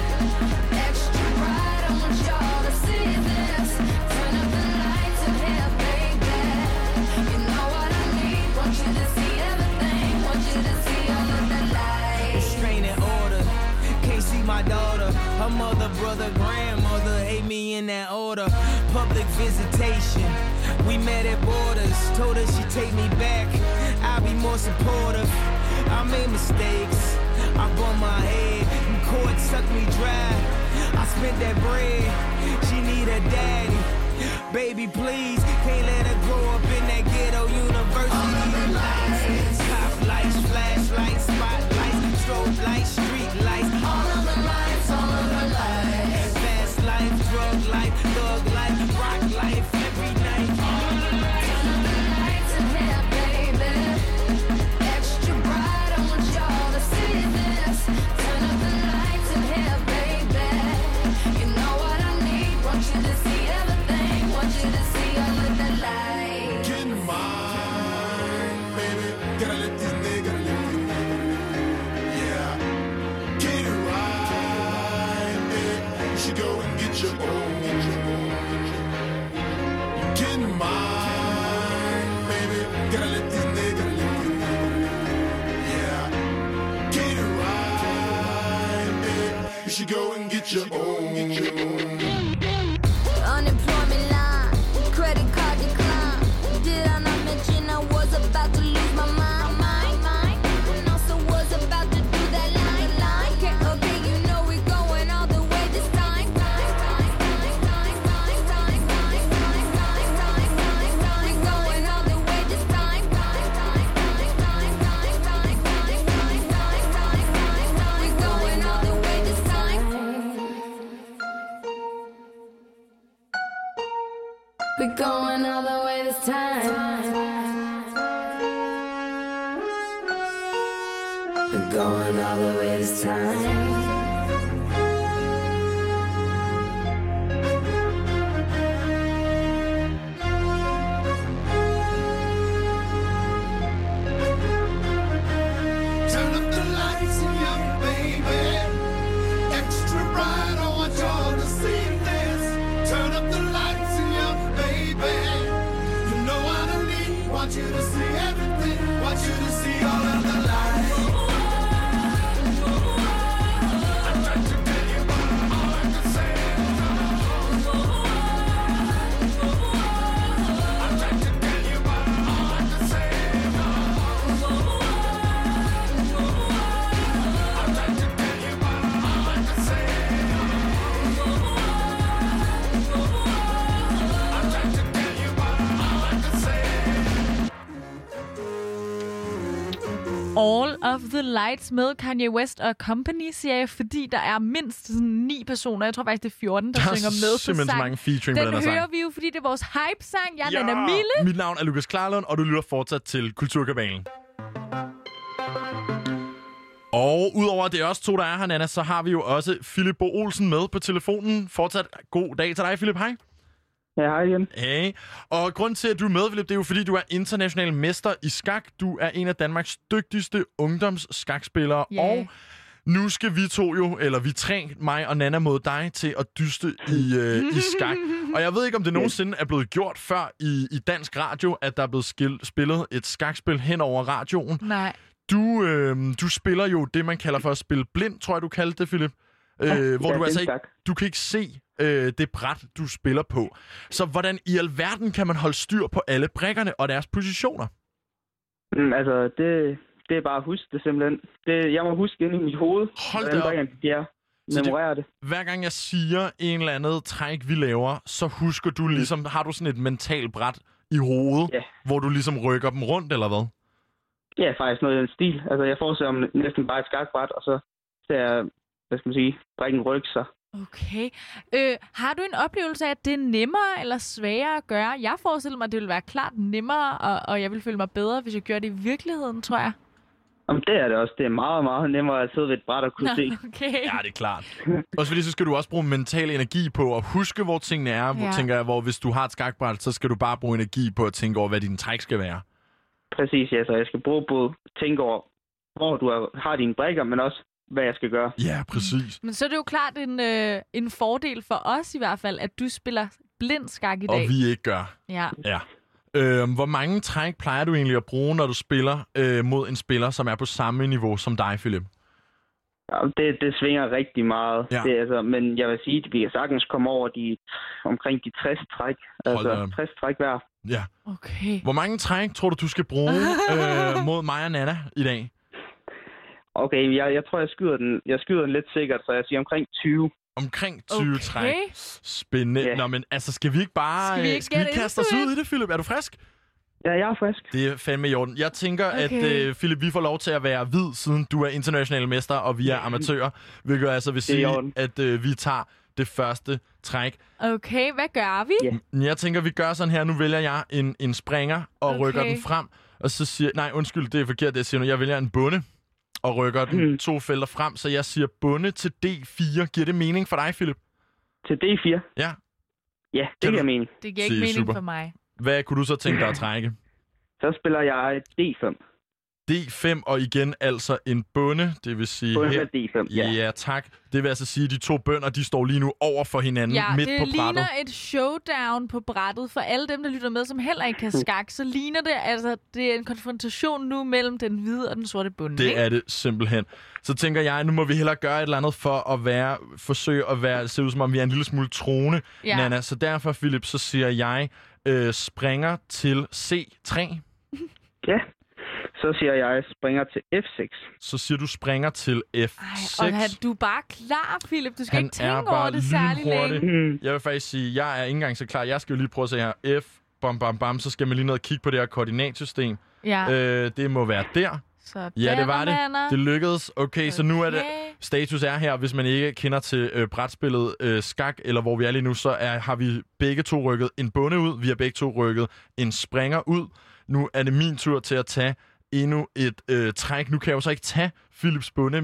Extra bright, I want y'all to see this. Turn up the lights in here, baby. You know what I need, want you to see everything. Want you to see all of the lights. Restraining order, can't see my daughter. Her mother, brother, grandmother hate me in that order. Public visitation. We met at Borders, told her she'd take me back, I'll be more supportive. I made mistakes, I bumped my head, and court sucked me dry. I spent that bread, she need a daddy. Baby, please, can't let her grow up in that ghetto university. Lights, cop lights, flashlights, spotlights, strobe lights, street lights. All of the lights, all of the lights. Fast life, drug life, thug life, rock life, every night. Go and get your own. Unemployment line, credit card decline. Did I not mention I was about to lose my mind? No We're going all the way this time. Want you to see everything, want you to see all of the lights. I tried to tell you, but all I can say is I tried to tell you, but all I can say is I tried to tell you, but all I can say I tried to tell you, but all I can say. All of the Lights med Kanye West og Company, siger jeg, fordi der er mindst sådan 9 personer. Jeg tror faktisk, det er 14, der synger med på sang. Der er simpelthen så mange featuring på den her sang. Den hører vi jo, fordi det er vores hype-sang. Jeg er Nana Mille. Mit navn er Lukas Klarlund, og du lytter fortsat til Kulturkabalen. Og udover det er os to, der er her, Nana, så har vi jo også Philip Bo Olsen med på telefonen. Fortsat god dag til dig, Philip. Hej. Ja, hej igen. Hey. Og grunden til, at du er med, Philip, det er jo fordi, du er international mester i skak. Du er en af Danmarks dygtigste ungdomsskakspillere. Yeah. Og nu skal vi to jo, eller vi tre, mig og Nana, mod dig til at dyste i skak. Og jeg ved ikke, om det nogensinde er blevet gjort før i dansk radio, at der er blevet spillet et skakspil hen over radioen. Nej. Du spiller jo det, man kalder for at spille blind, tror jeg, du kaldte det, Philip. Hvor du altså ikke, du kan ikke se det bræt, du spiller på. Så hvordan i alverden kan man holde styr på alle brikkerne og deres positioner? Altså, det er bare at huske det simpelthen. Jeg må huske ind i mit hoved, hvordan brikkerne de er. Memorere det. Hver gang jeg siger en eller andet træk, vi laver, så husker du ligesom, har du sådan et mentalt bræt i hovedet, hvor du ligesom rykker dem rundt, eller hvad? Ja, faktisk noget i den stil. Altså, jeg forestiller mig næsten bare et skakbræt, og så ser jeg, hvad skal man sige, brikken rykke sig. Okay. Har du en oplevelse af, at det er nemmere eller sværere at gøre? Jeg forestiller mig, at det ville være klart nemmere, og jeg ville føle mig bedre, hvis jeg gjorde det i virkeligheden, tror jeg. Jamen, det er det også. Det er meget, meget nemmere at sidde ved et bræt og kunne se. Okay. Ja, det er klart. Også fordi, så skal du også bruge mental energi på at huske, hvor tingene er. Tænker jeg, hvor hvis du har et skakbræt, så skal du bare bruge energi på at tænke over, hvad din træk skal være. Præcis, ja. Så jeg skal bruge både tænke over, hvor du har dine brikker, men også hvad jeg skal gøre. Ja, præcis. Men så er det jo klart en fordel for os i hvert fald, at du spiller blind skak i dag. Og vi ikke gør. Ja. Hvor mange træk plejer du egentlig at bruge, når du spiller mod en spiller, som er på samme niveau som dig, Philip? Ja, det svinger rigtig meget. Ja. Det, altså, men jeg vil sige, at vi kan sagtens komme over omkring de 60 træk. Altså 60 træk hver. Ja. Okay. Hvor mange træk tror du skal bruge mod mig og Nana i dag? Okay, jeg tror, jeg skyder den lidt sikkert, så jeg siger omkring 20. Omkring 20 træk. Spændende. Yeah. Nå, men altså, skal vi ikke bare skal vi kaste os ud i det, Philip? Er du frisk? Ja, jeg er frisk. Det er fandme i orden. Jeg tænker, at Philip, vi får lov til at være hvid, siden du er international mester, og vi er amatører. Hvilket altså vil sige, at vi tager det første træk. Okay, hvad gør vi? Yeah. Jeg tænker, vi gør sådan her. Nu vælger jeg en springer og rykker den frem. Og så siger nej, undskyld, det er forkert, det jeg siger nu. Jeg vælger en bonde og rykker den 2 felter frem, så jeg siger bonde til D4. Giver det mening for dig, Philip? Til D4? Ja. Ja, det giver mening. Det giver ikke mening for mig. Hvad kunne du så tænke dig at trække? Så spiller jeg D5. D5, og igen altså en bonde, det vil sige bonde her. D5, ja, tak. Det vil altså sige, at de to bønder, de står lige nu over for hinanden midt på brættet. Ja, det ligner et showdown på brættet. For alle dem, der lytter med, som heller ikke kan skak, så ligner det, altså, det er en konfrontation nu mellem den hvide og den sorte bonde. Det er det simpelthen. Så tænker jeg, nu må vi hellere gøre et eller andet for at forsøge at se ud, som om vi er en lille smule troende, Nana. Så derfor, Philip, så siger jeg springer til C3. Ja. Så siger jeg springer til F6. Så siger du springer til F6. Ej, og du er bare klar, Philip. Du skal ikke tænke over det særlig længe. Jeg vil faktisk sige, jeg er ikke engang så klar. Jeg skal jo lige prøve at se her. F, bam, bam, bam. Så skal man lige ned og kigge på det her koordinatsystem. Ja. Det må være der. Så ja, det var det. Det lykkedes. Okay, så nu er det... Status er her, hvis man ikke kender til brætspillet skak, eller hvor vi er lige nu, så har vi begge to rykket en bonde ud. Vi har begge to rykket en springer ud. Nu er det min tur til at tage endnu et træk. Nu kan jeg jo så ikke tage Philips bonde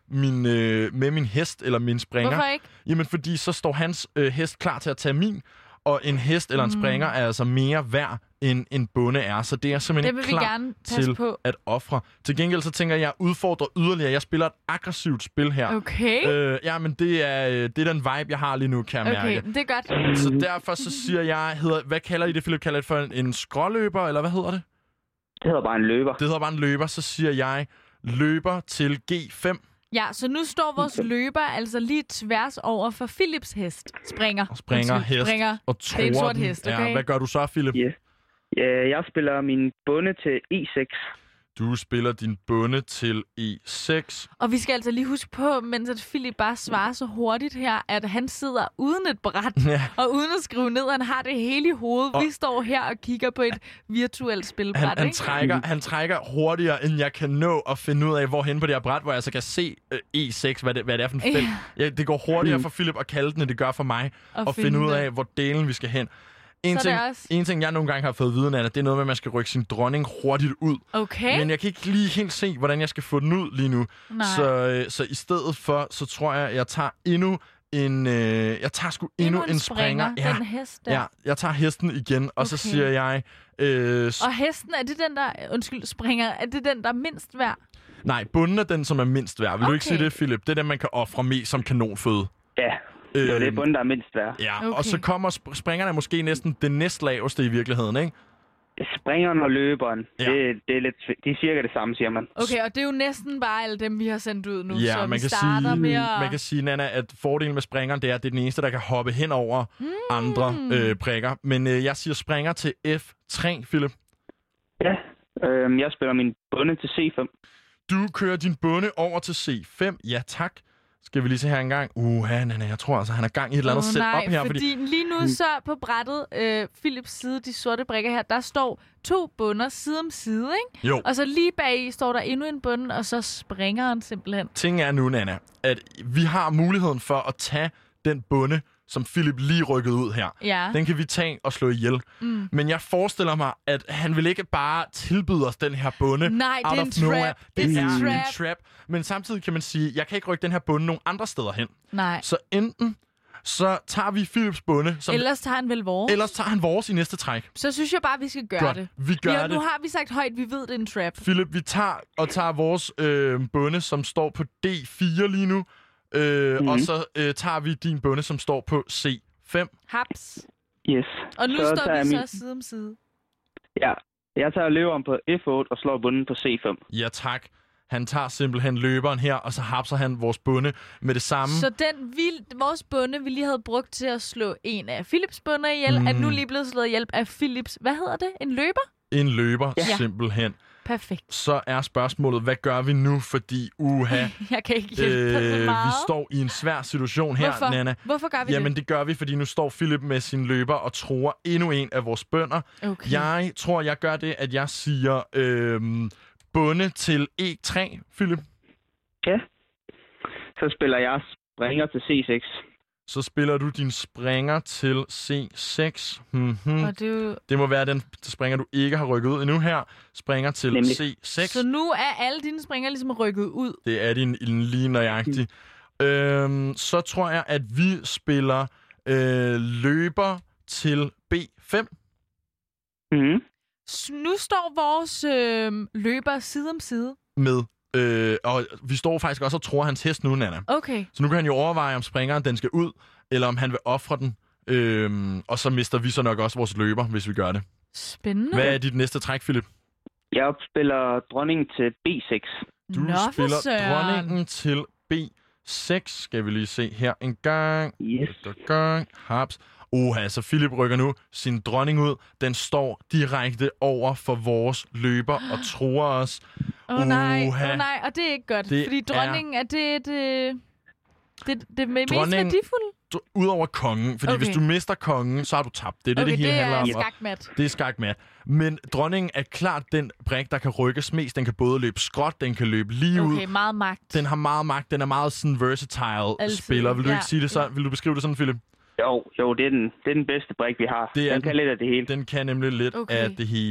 med min hest eller min springer. Hvorfor ikke? Jamen, fordi så står hans hest klar til at tage min, og en hest eller en springer er altså mere værd, end en bonde er. Så det er simpelthen ikke klar til at ofre. Til gengæld så tænker jeg, at jeg udfordrer yderligere. Jeg spiller et aggressivt spil her. Okay. Men det er den vibe, jeg har lige nu, kan jeg mærke. Okay, det er godt. Så derfor så siger jeg, hvad kalder I det, Philip? Kalder I det for en skråløber, eller hvad hedder det? Det hedder bare en løber. Det hedder bare en løber. Så siger jeg løber til G5. Ja, så nu står vores løber altså lige tværs over for Philips hest. Springer, hest og tror. Det er en sort hest, okay? Ja, hvad gør du så, Philip? Yeah. Jeg spiller min bonde til E6. Du spiller din bonde til E6. Og vi skal altså lige huske på, mens at Philip bare svarer så hurtigt her, at han sidder uden et bræt, og uden at skrive ned. Han har det hele i hovedet. Vi står her og kigger på et virtuelt spilbræt, han trækker hurtigere, end jeg kan nå at finde ud af, hvorhen på det her bræt, hvor jeg så kan se E6, hvad det er for en felt. Ja, det går hurtigere for Philip at kalde den, end det gør for mig at finde ud af, hvor delen vi skal hen. En ting, jeg nogle gange har fået viden af, det er noget med, at man skal rykke sin dronning hurtigt ud. Okay. Men jeg kan ikke lige helt se, hvordan jeg skal få den ud lige nu. Så i stedet for, så tror jeg tager endnu en... jeg tager sgu endnu en springer. Ja. Den hest der. Ja, jeg tager hesten igen, og så siger jeg... og hesten, er det den der... springer. Er det den, der er mindst værd? Nej, bunden er den, som er mindst værd. Vil du ikke sige det, Philip? Det er den, man kan ofre mest som kanonføde. Ja. Det er bunden, der er mindst værd. Ja, okay. Og så kommer springerne måske næsten det næstlaveste i virkeligheden, ikke? Springeren og løberen, det er lidt, de er cirka det samme, siger man. Okay, og det er jo næsten bare alle dem, vi har sendt ud nu, ja, så man vi starter med at... Man kan sige, Nana, at fordelen med springeren, det er den eneste, der kan hoppe hen over andre prikker. Men jeg siger springer til F3, Philip. Ja, jeg spiller min bonde til C5. Du kører din bonde over til C5, ja tak. Skal vi lige se her engang? Nana, jeg tror altså, han er gang i et eller andet setup her. Fordi lige nu så på brættet, Philips side, de sorte brikker her, der står 2 bunder side om side, ikke? Jo. Og så lige bag står der endnu en bunde, og så springer han simpelthen. Ting er nu, Nana, at vi har muligheden for at tage den bunde, som Philip lige rykkede ud her. Ja. Den kan vi tage og slå ihjel. Men jeg forestiller mig, at han vil ikke bare tilbyde os den her bunde. Nej, det er en trap. Det er en trap. Men samtidig kan man sige, jeg kan ikke rykke den her bunde nogen andre steder hen. Nej. Så enten så tager vi Philips bunde. Ellers tager han vel vores. Ellers tager han vores i næste træk. Så synes jeg bare, vi skal gøre det. Vi gør det. Nu har vi sagt højt, vi ved, det er en trap. Philip, vi tager vores bunde, som står på D4 lige nu. Og så tager vi din bunde, som står på C5. Haps. Yes. Og nu står vi så side om side. Ja, jeg tager løberen på F8 og slår bunden på C5. Ja, tak. Han tager simpelthen løberen her, og så hapser han vores bunde med det samme. Så vores bunde, vi lige havde brugt til at slå en af Philips bunder ihjel, er nu lige blevet slået hjælp af Philips, hvad hedder det? En løber? En løber, simpelthen. Perfekt. Så er spørgsmålet, hvad gør vi nu? Fordi, jeg kan ikke hjælpe meget. Vi står i en svær situation her, Nana. Hvorfor gør vi det? Jamen, det gør vi, fordi nu står Philip med sin løber og tror endnu en af vores bønder. Okay. Jeg tror, jeg gør det, at jeg siger bunde til E3, Philip. Ja. Så spiller jeg springer til C6. Så spiller du din springer til C6. Og det må være den springer, du ikke har rykket ud endnu her. Springer til C6. Så nu er alle dine springer ligesom rykket ud? Det er din lige nøjagtig. Så tror jeg, at vi spiller løber til B5. Nu står vores løber side om side. Med. Og vi står faktisk også og tror hans hest nu, Nana. Okay. Så nu kan han jo overveje, om springeren den skal ud, eller om han vil ofre den. Og så mister vi så nok også vores løber, hvis vi gør det. Spændende. Hvad er dit næste træk, Philip? Jeg spiller dronningen til B6. Du spiller dronningen til B6. Skal vi lige se her en gang. Yes. Haps. Så Philip rykker nu sin dronning ud. Den står direkte over for vores løber og tror os. Nej, og det er ikke godt. Fordi dronningen er det mest værdifulde. Udover kongen, fordi hvis du mister kongen, så har du tabt. Det er det hele handler om. Det er skakmat. Det er skakmat. Men dronningen er klart den brik, der kan rykkes mest. Den kan både løbe skråt, den kan løbe lige ud. Okay, meget magt. Den har meget magt. Den er meget sådan versatile spiller. Vil du ikke sige det sådan? Vil du beskrive det sådan, Philip? Jo, det er den bedste brik, vi har. Den kan lidt af det hele. Den kan nemlig lidt af det hele.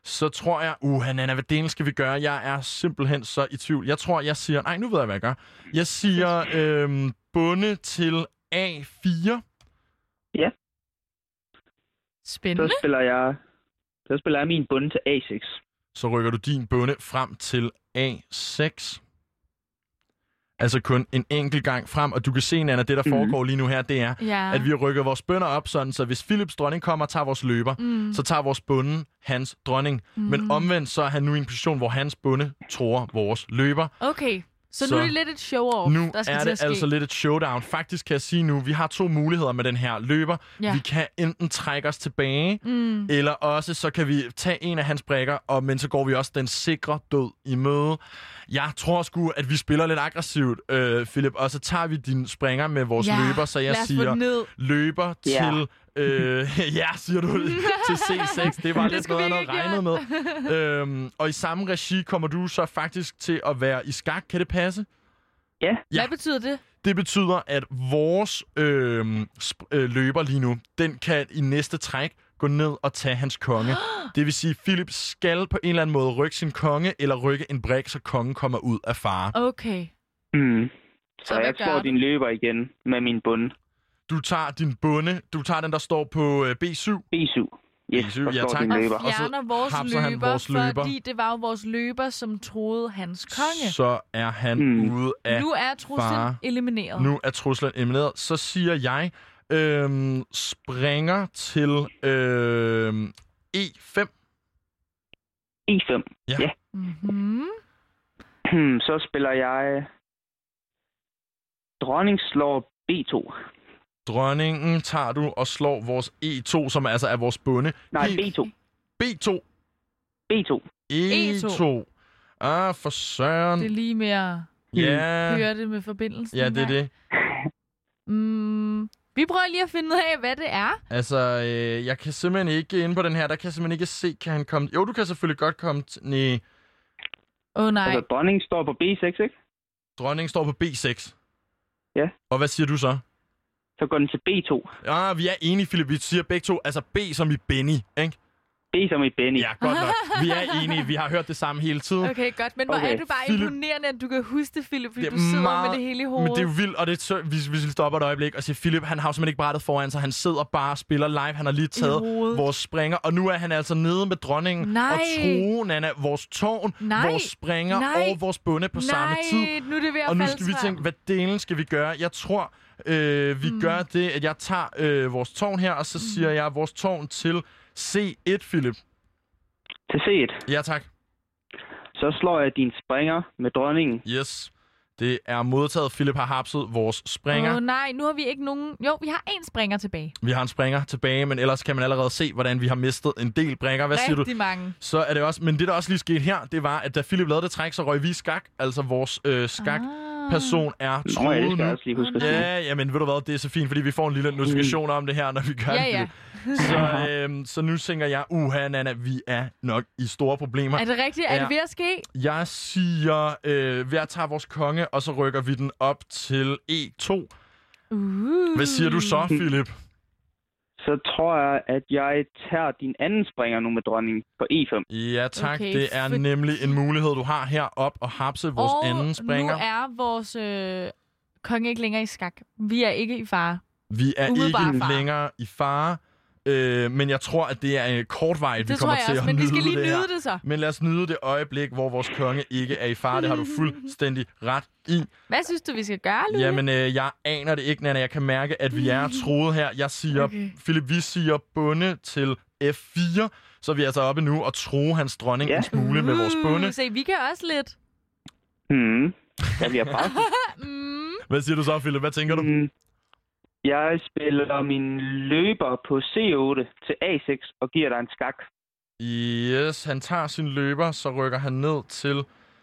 så tror jeg... Nana, hvad delen skal vi gøre? Jeg er simpelthen så i tvivl. Jeg tror, jeg siger... Nej, nu ved jeg, hvad jeg gør. Jeg siger bunde til A4. Ja. Spændende. Så spiller jeg min bunde til A6. Så rykker du din bunde frem til A6. Altså kun en enkelt gang frem, og du kan se, Nana, det der foregår lige nu her, det er, at vi har rykket vores bønder op sådan, så hvis Philips dronning kommer og tager vores løber, så tager vores bunde hans dronning. Men omvendt, så er han nu i en position, hvor hans bunde tror vores løber. Okay. Så nu er det lidt et show-off, nu der skal er til det at ske. altså lidt et showdown. Faktisk kan jeg sige nu, vi har 2 muligheder med den her løber. Ja. Vi kan enten trække os tilbage, eller også så kan vi tage en af hans brækker, men så går vi også den sikre død i møde. Jeg tror sgu, at vi spiller lidt aggressivt, Philip, og så tager vi din springer med vores løber, så jeg siger løber til... siger du til C6. Det var lidt noget, jeg havde regnet med. Og i samme regi kommer du så faktisk til at være i skak. Kan det passe? Ja. Hvad betyder det? Det betyder, at vores løber lige nu, den kan i næste træk gå ned og tage hans konge. Det vil sige, at Philip skal på en eller anden måde rykke sin konge, eller rykke en brik, så kongen kommer ud af fare. Okay. Så jeg tror din løber igen med min bunde. Du tager din bunde. Du tager den, der står på B7. B7. Yes, B7, ja, tak. Og fjerner vores løber, fordi det var jo vores løber, som troede hans konge. Så er han ude af Nu er truslen elimineret. Nu er truslen elimineret. Så siger jeg, springer til E5. E5? Ja. Så spiller jeg dronning slår B2. Dronningen tager du og slår vores E2, som altså er vores bunde. Nej, B2. B2. B2. E2. For søren. Det er lige mere høre det med forbindelsen. Ja, det er det. Vi prøver lige at finde ud af, hvad det er. Altså, jeg kan simpelthen ikke inde på den her, der kan jeg simpelthen ikke se, kan han komme... Jo, du kan selvfølgelig godt komme til... Nej. Nej. Altså, dronningen står på B6, ikke? Dronningen står på B6. Ja. Og hvad siger du så? Så går den til B2. Vi er enige, Philip. Vi siger begge to. Altså B som i Benny, ikke? B som i Benny. Ja, godt nok. Vi er enige. Vi har hørt det samme hele tiden. Okay, godt. Men hvor er det bare imponerende, at du kan huske det, Philip, fordi du sidder med det hele i hovedet. Men det er jo vildt, og det er så, hvis vi stopper et øjeblik og siger, Philip, han har jo simpelthen ikke brættet foran sig. Han sidder bare og spiller live. Han har lige taget vores springer, og nu er han altså nede med dronningen og true, Nana, vores tårn, vores springer og vores bunde på samme tid. Nu er det ved at og nu skal vi tænke, hvad delen skal vi gøre? Jeg tror, vi gør det, at jeg tager vores tårn her, og så siger jeg vores tårn til C1, Philip. Til C1? Ja, tak. Så slår jeg din springer med dronningen. Yes. Det er modtaget. Philip har hapset vores springer. Nej, nu har vi ikke nogen... Jo, vi har en springer tilbage. Vi har en springer tilbage, men ellers kan man allerede se, hvordan vi har mistet en del bringer. Hvad siger du? Rigtig mange. Så er det også... Men det, der også lige skete her, det var, at da Philip lavede det træk, så røg vi i skak. Altså vores skak-person er truet nu. Jeg lige huske ja, men ved du hvad, det er så fint, fordi vi får en lille notifikation om det her, når vi gør det. Så nu tænker jeg, Nana, vi er nok i store problemer. Er det rigtigt? Er det ved at ske? Jeg siger, ved at tage vores konge, og så rykker vi den op til E2. Hvad siger du så, Philip? Så tror jeg, at jeg tager din anden springer nu med dronningen på E5. Ja, tak. Okay, det er nemlig en mulighed, du har herop at hapse vores anden springer. Nu er vores konge ikke længere i skak. Vi er ikke i fare. Vi er ikke længere i fare. Men jeg tror, at det er kortvarigt, vi kommer til at nyde det. Men vi skal lige nyde det så. Men lad os nyde det øjeblik, hvor vores konge ikke er i fare. Det har du fuldstændig ret i. Hvad synes du, vi skal gøre, Louis? Jamen, jeg aner det ikke, Nana. Jeg kan mærke, at vi er truet her. Jeg siger, Philip, vi siger bunde til F4. Så er vi altså oppe nu og true hans dronning en smule med vores bunde. Se, vi kan også lidt. Ja, vi har bare. Hvad siger du så, Philip? Hvad tænker du? Jeg spiller min løber på C8 til A6 og giver dig en skak. Yes, han tager sin løber, så rykker han ned til...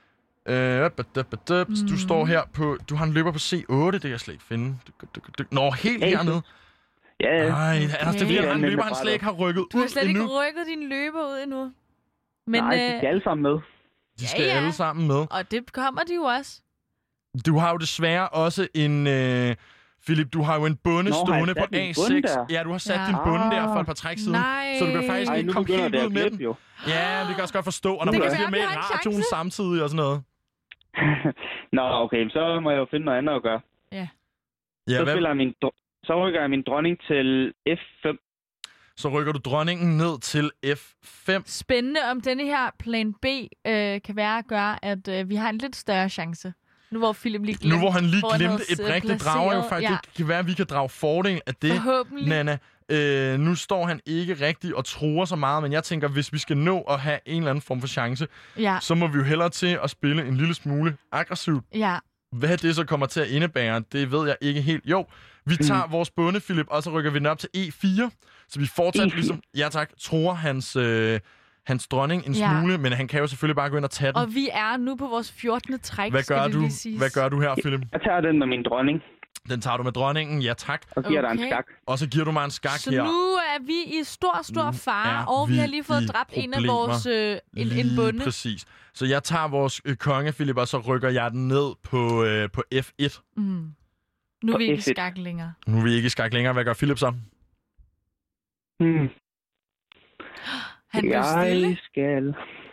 Du står her på... Du har en løber på C8, det kan jeg slet ikke finde. Nå, helt hernede. Ja. Ej, Anders, det er han løber, han slet ikke har rykket ud endnu. Du har slet ikke rykket din løber ud endnu. Men, nej, de skal alle sammen med. De skal alle sammen med. Og det kommer de jo også. Du har jo desværre også en... Philip, du har jo en bonde stående på A6. Ja, du har sat din bonde der for et par træk siden. Så du kan faktisk ikke komme helt ud med den. Ja, det kan jeg også godt forstå. Og når man også bliver med i radioen samtidig og sådan noget. Nå, okay, så må jeg jo finde noget andet at gøre. Ja. Så rykker jeg min dronning til F5. Så rykker du dronningen ned til F5. Spændende, om denne her plan B kan være at gøre, at vi har en lidt større chance. Nu hvor Philip lige glemte. Nu hvor han lige glemte et brik, det drager jo faktisk. Det kan være, at vi kan drage fordel af det, Nana. Nu står han ikke rigtigt og truer så meget, men jeg tænker, hvis vi skal nå at have en eller anden form for chance, så må vi jo hellere til at spille en lille smule aggressivt. Ja. Hvad det så kommer til at indebære, det ved jeg ikke helt. Jo, vi tager vores bonde, Philip, og så rykker vi den op til E4. Så vi fortsat ligesom, truer hans dronning en smule, men han kan jo selvfølgelig bare gå ind og tage den. Og vi er nu på vores 14. træk, Hvad gør du her, Philip? Jeg tager den med min dronning. Den tager du med dronningen, ja tak. Og giver dig en skak. Og så giver du mig en skak her. Så nu er vi i stor fare, og vi har lige fået dræbt en af vores en bonde. Præcis. Så jeg tager vores konge, Philip, og så rykker jeg den ned på F1. Nu er vi ikke i skak længere. Hvad gør Philip så? Han blev stille. Jeg skal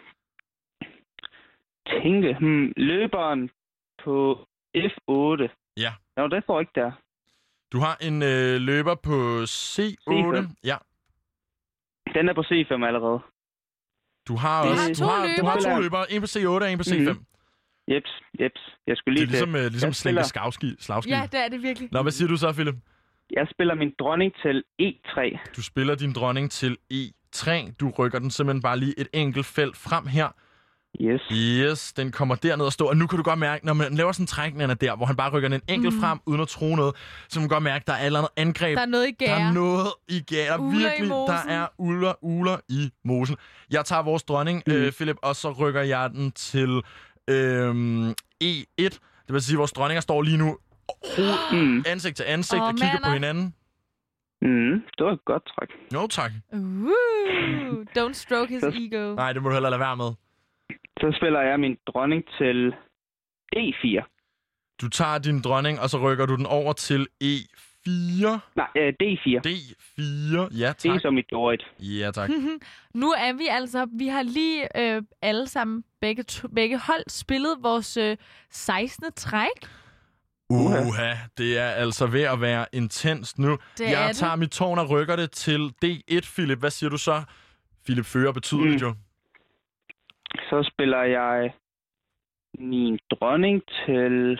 tænke. Løberen på F8. Ja. Nå, det får ikke der. Du har en løber på C8. C5. Ja. Den er på C5 allerede. Du har to løbere. En på C8 og en på C5. Jeps. Jeg skulle lige det er ligesom slænge slagski. Ja, det er det virkelig. Nå, hvad siger du så, Philip? Jeg spiller min dronning til E3. Du spiller din dronning til E3. Du rykker den simpelthen bare lige et enkelt felt frem her. Yes, den kommer derned og står. Og nu kan du godt mærke, når man laver sådan en trækning der, hvor han bare rykker den en enkelt frem, uden at tro noget, så man kan godt mærke, at der er et eller andet angreb. Der er noget i gære. Virkelig, der er uler i mosen. Jeg tager vores dronning, Philip, og så rykker jeg den til E1. Det vil sige, at vores dronninger står lige nu ansigt til ansigt og kigger på hinanden. Det var et godt træk. Jo, tak. Don't stroke his ego. Nej, det må du heller lade være med. Så spiller jeg min dronning til E4. Du tager din dronning, og så rykker du den over til E4. Nej, D4. D4, ja tak. Det er som et Dorit. Ja tak. Nu er vi altså, vi har lige alle sammen, begge hold, spillet vores 16. træk. Det er altså ved at være intens nu. Jeg tager mit tårn og rykker det til D1, Philip. Hvad siger du så? Philip fører betydeligt jo. Så spiller jeg min dronning til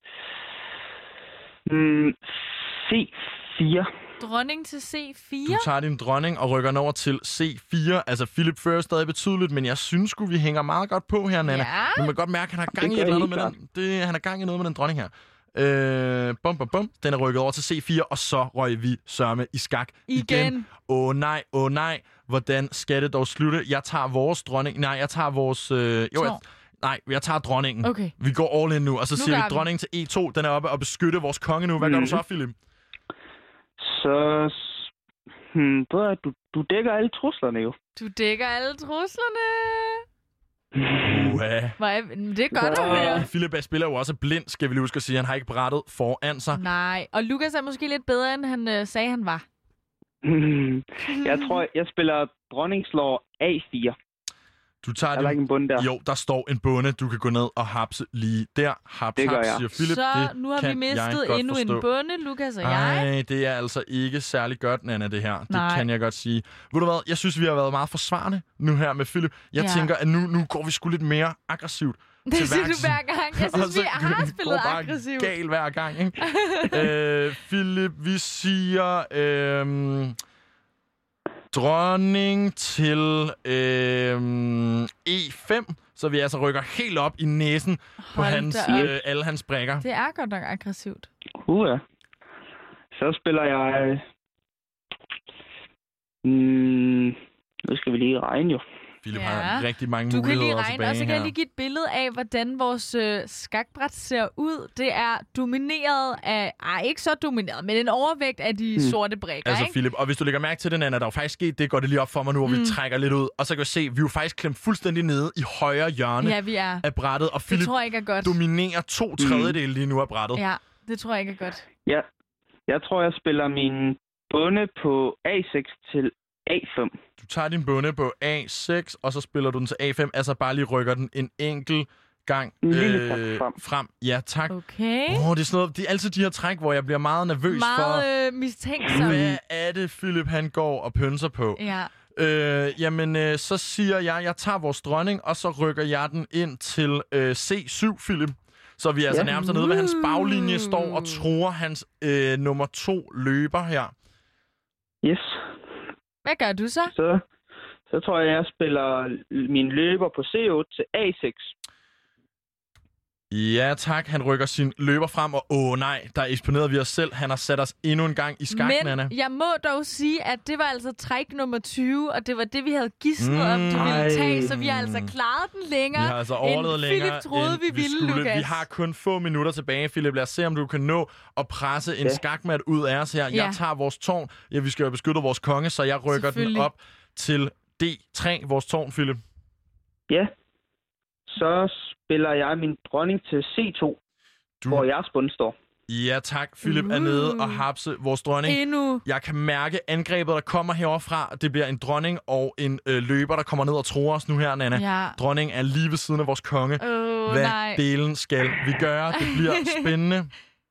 C4. Dronning til C4? Du tager din dronning og rykker den over til C4. Altså, Philip fører stadig betydeligt, men jeg synes sgu, vi hænger meget godt på her, Nana. Ja. Man kan godt mærke, at han har gang i et eller andet med den. Han har gang i noget med den dronning her. Den er rykket over til C4, og så røg vi sørme i skak igen. Åh nej. Hvordan skal det dog slutte? Jeg tager vores dronning. Nej, jeg tager vores... jeg tager dronningen. Okay. Vi går all in nu, og så siger vi dronningen til E2. Den er oppe og beskytte vores konge nu. Hvad gør du så, Philip? Så... Du dækker alle truslerne jo. Du dækker alle truslerne. Det er godt at høre. Philip spiller jo også blind, skal vi lige huske at sige. Han har ikke brættet foran sig. Nej, og Lukas er måske lidt bedre, end han sagde, han var. Jeg tror, jeg spiller dronningslår A4. Du tager der er ikke en bonde der. Jo, der står en bonde. Du kan gå ned og hapse lige der. Det gør jeg. Siger Philip. Så nu har vi mistet endnu en bonde, Lukas og jeg. Nej, det er altså ikke særlig godt, Nana, det her. Det kan jeg godt sige. Ved du hvad? Jeg synes, vi har været meget forsvarende nu her med Philip. Jeg tænker, at nu går vi sgu lidt mere aggressivt. Det siger du hver gang. Jeg synes, vi har spillet aggressivt. Det går bare galt hver gang, ikke? Philip, vi siger... dronning til E5, så vi altså rykker helt op i næsen på alle hans brækker. Det er godt nok aggressivt. Så spiller jeg... Nu skal vi lige regne jo. Philip har rigtig mange muligheder tilbage. Du kan lige regne, og så kan jeg lige give et billede af, hvordan vores skakbræt ser ud. Det er domineret af... ikke så domineret, men en overvægt af de sorte brækker, altså, ikke? Philip, og hvis du lægger mærke til det, Nana, der er faktisk sket, det går det lige op for mig nu, hvor vi trækker lidt ud. Og så kan vi se, vi er jo faktisk klemt fuldstændig nede i højre hjørne af brættet. Og Philip det tror jeg ikke er godt. dominerer 2/3 lige nu af brættet. Ja, det tror jeg ikke er godt. Ja, Jeg tror, jeg spiller min bonde på A6 til A5. Du tager din bonde på A6, og så spiller du den til A5. Altså bare lige rykker den en enkelt gang frem. Ja, tak. Okay. Det er sådan noget, det er altid de her træk, hvor jeg bliver meget nervøs for... Meget mistænksom. Hvad er det, Philip, han går og pønser på? Ja. Så siger jeg tager vores dronning, og så rykker jeg den ind til C7, Philip. Så vi er altså nærmest nede ved hans baglinje, står og tror hans nummer 2 løber her. Yes. Hvad gør du så? Så tror jeg spiller min løber på C8 til A6. Ja, tak. Han rykker sin løber frem, og nej, der eksponerede vi os selv. Han har sat os endnu en gang i skak, Nana. Men jeg må dog sige, at det var altså træk nummer 20, og det var det, vi havde gidsnet om, de ville tage, så vi har altså klaret den længere, vi har altså overlevet længere, Philip troede, vi ville, Lukas. Vi har kun få minutter tilbage, Philip. Lad os se, om du kan nå at presse en skakmat ud af os her. Ja. Jeg tager vores tårn. Ja, vi skal jo beskytte vores konge, så jeg rykker den op til D3, vores tårn, Philip. Ja. Så spiller jeg min dronning til C2, hvor jeres bund står. Ja, tak. Philip er nede og hapse vores dronning. Endnu. Jeg kan mærke angrebet, der kommer heroverfra. Det bliver en dronning og en løber, der kommer ned og tror os nu her, Nana. Ja. Dronningen er lige ved siden af vores konge. Hvad delen skal vi gøre? Det bliver spændende.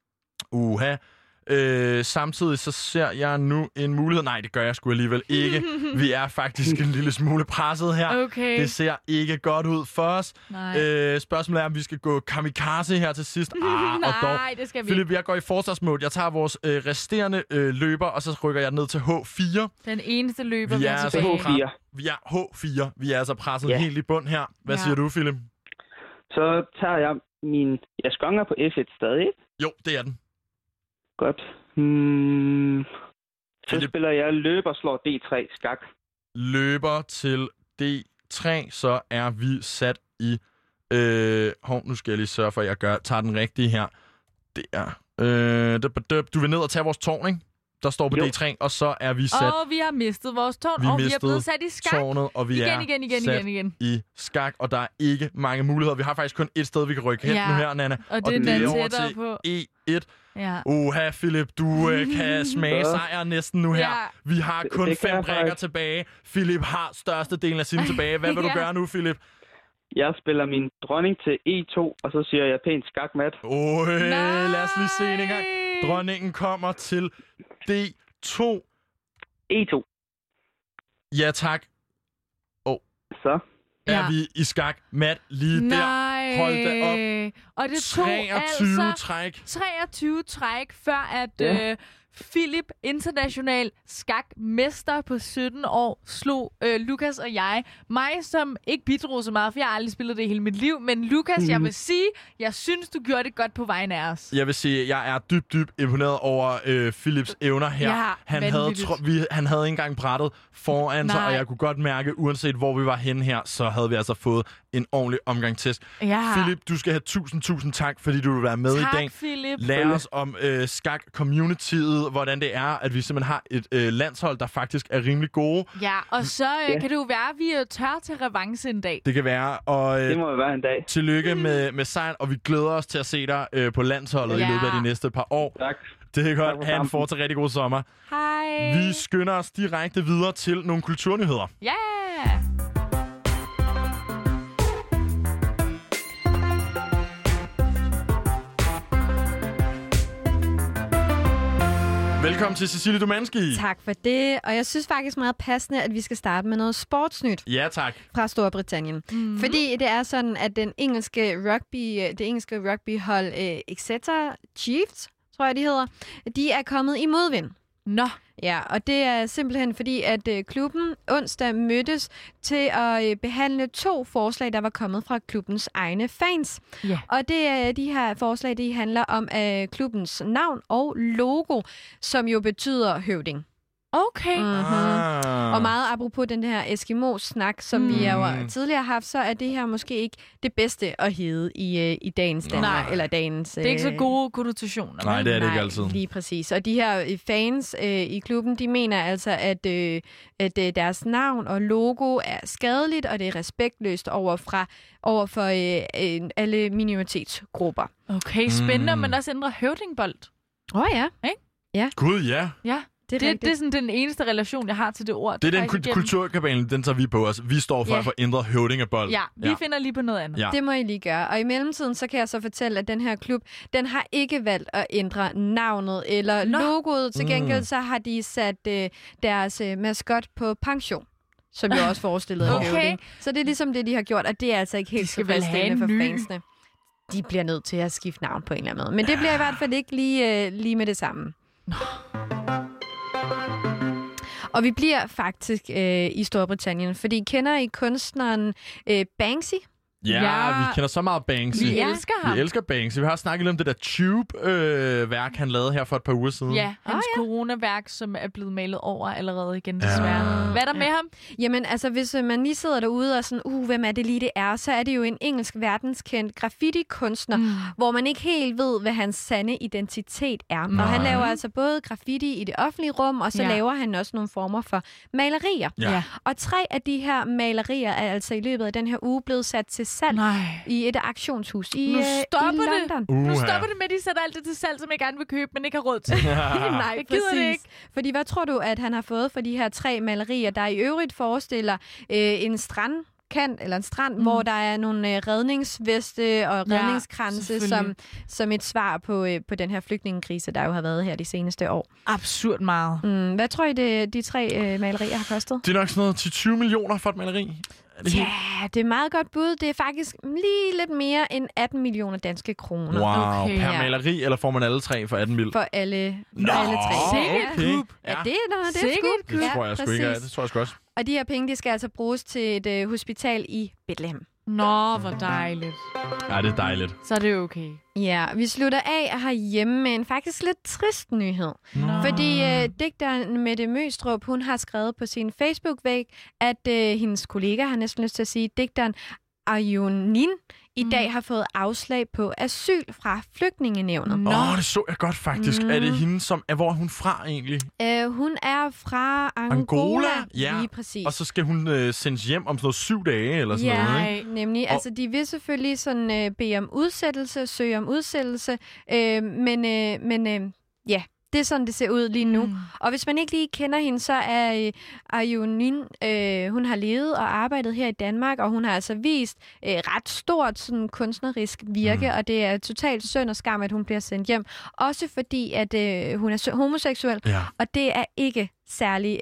Samtidig så ser jeg nu en mulighed. Nej, det gør jeg sgu alligevel ikke. Vi er faktisk en lille smule presset her. Okay. Det ser ikke godt ud for os. Spørgsmålet er, om vi skal gå kamikaze her til sidst. Nej, det skal vi Philip, jeg går i forsvarsmode. Jeg tager vores resterende løber, og så rykker jeg ned til H4. Den eneste løber, vi er tilbage. H4. Vi er H4. Vi er altså presset helt i bund her. Hvad siger du, Philip? Så tager jeg min jaskonger på F1 stadig. Jo, det er den. Godt. Så spiller jeg løber, slår D3 skak. Løber til D3, så er vi sat i... nu skal jeg lige sørge for, at jeg tager den rigtige her. Det er... Du vil ned og tage vores tårn, ikke? Der står på D3, og så er vi sat... Og vi har mistet vores tårn, og vi er blevet sat i skak. Tårnet, og vi igen. I skak, og der er ikke mange muligheder. Vi har faktisk kun et sted, vi kan rykke hen nu her, Nana. Og det er over til på E1. Ja. Philip, du kan smage sejr næsten nu her. Vi har kun 5 brækker tilbage. Philip har størstedelen af sine tilbage. Hvad vil du gøre nu, Philip? Jeg spiller min dronning til E2, og så siger jeg pænt skakmat. Lad os lige se en gang. Dronningen kommer til D2. E2. Ja, tak. Så er vi i skak. Mat lige der. Hold da op. Og det tog 23 træk, før at Philip, international skakmester på 17 år, slog Lukas og jeg. Mig, som ikke bidrog så meget, for jeg har aldrig spillet det i hele mit liv. Men Lukas, jeg vil sige, jeg synes, du gjorde det godt på vejen af os. Jeg vil sige, jeg er dybt imponeret over Philips evner her. Ja, han havde ikke engang brættet foran sig, og jeg kunne godt mærke, uanset hvor vi var henne her, så havde vi altså fået en ordentlig omgangstest. Ja. Philip, du skal have tusind tak, fordi du vil være med i dag. Philip. Lær os om skak-communityet, hvordan det er, at vi simpelthen har et landshold, der faktisk er rimelig gode. Ja, og så kan det jo være, at vi tør til revanche en dag. Det kan være, og det må være en dag. Tillykke med sejren, og vi glæder os til at se dig på landsholdet i løbet af de næste par år. Tak. Det er godt. Ha' en fortsat rigtig god sommer. Hej. Vi skynder os direkte videre til nogle kulturnyheder. Ja! Velkommen til Cecilie Domanski. Tak for det, og jeg synes faktisk meget passende, at vi skal starte med noget sportsnyt. Ja, tak. Fra Storbritannien. Mm-hmm. Fordi det er sådan, at det engelske rugbyhold Exeter Chiefs, tror jeg de hedder, de er kommet i modvind. Nå. Ja, og det er simpelthen fordi, at klubben onsdag mødtes til at behandle 2 forslag, der var kommet fra klubbens egne fans. Yeah. Og de her forslag, de handler om klubbens navn og logo, som jo betyder høvding. Okay. Mm-hmm. Og meget apropos den her Eskimo-snak, som vi jo tidligere har haft, så er det her måske ikke det bedste at hedde i dagens Danmark. Eller dagens, det er ikke så gode konnotationer. Nej, det er det ikke altid. Lige præcis. Og de her fans i klubben, de mener altså, at deres navn og logo er skadeligt, og det er respektløst over for alle minoritetsgrupper. Okay, spændende, men også ændre høvdingbold. Ja. Ikke? Ja. Gud, ja. Ja. Det er sådan den eneste relation, jeg har til det ord. Det er den kulturkabalen, den tager vi på os. Vi står for at få ændret høvdingebold. Ja, vi finder lige på noget andet. Ja. Det må I lige gøre. Og i mellemtiden, så kan jeg så fortælle, at den her klub, den har ikke valgt at ændre navnet eller logoet. Til gengæld så har de sat deres maskot på pension, som jo også forestillede en høvding. Så det er ligesom det, de har gjort, og det er altså ikke helt tilfredsstillende for fansene. De bliver nødt til at skifte navn på en eller anden måde. Men det bliver i hvert fald ikke lige med det samme. Og vi bliver faktisk i Storbritannien, fordi kender I kunstneren Banksy? Ja, vi kender så meget Banksy. Vi elsker ham. Vi elsker Banksy. Vi har snakket lidt om det der Tube-værk, han lavede her for et par uger siden. Ja, hans coronaværk, som er blevet malet over allerede igen, desværre. Hvad er der med ham? Jamen, altså, hvis man lige sidder derude og sådan, hvem er det lige, det er, så er det jo en engelsk verdenskendt graffiti-kunstner, hvor man ikke helt ved, hvad hans sande identitet er. Og han laver altså både graffiti i det offentlige rum, og så laver han også nogle former for malerier. Ja. Og 3 af de her malerier er altså i løbet af den her uge blevet sat til salg i et auktionshus i London. Nu stopper det med, at de sætter alt det til salg, som jeg gerne vil købe, men ikke har råd til. Nej, jeg gider det ikke. Fordi hvad tror du, at han har fået for de her 3 malerier, der i øvrigt forestiller en strandkant eller en strand, hvor der er nogle redningsveste og redningskranse som et svar på den her flygtningekrise, der jo har været her de seneste år. Absurd meget. Hvad tror I, de 3 malerier har kostet? Det er nok sådan noget til 20 millioner for et maleri. Ja, det er meget godt bud. Det er faktisk lige lidt mere end 18 millioner danske kroner. Wow, per maleri, eller får man alle 3 for 18 mil? For alle 3. Okay. Ja, det er noget, det er scoop. Det tror jeg sgu ikke. Det tror jeg sgu også. Og de her penge, de skal altså bruges til et hospital i Bethlehem. Nå, hvor dejligt. Ja, det er dejligt. Så er det okay. Ja, vi slutter af herhjemme med en faktisk lidt trist nyhed. Fordi digteren Mette Møstrup, hun har skrevet på sin Facebook-væg, at hendes kollega har næsten lyst til at sige, digteren Arjunin i dag har fået afslag på asyl fra Flygtningenævnet. Det så jeg godt faktisk. Er det hende, hvor er hun fra egentlig? Hun er fra Angola. Ja, lige præcis. Og så skal hun sendes hjem om sådan noget 7 dage eller sådan noget, ikke? Ja, nemlig. Altså, de vil selvfølgelig sådan bede om udsættelse, søge om udsættelse, men det er sådan, det ser ud lige nu. Og hvis man ikke lige kender hende, så er Arjunin, hun har levet og arbejdet her i Danmark, og hun har altså vist ret stort sådan, kunstnerisk virke, og det er totalt synd og skam, at hun bliver sendt hjem. Også fordi, at hun er homoseksuel, og det er ikke særlig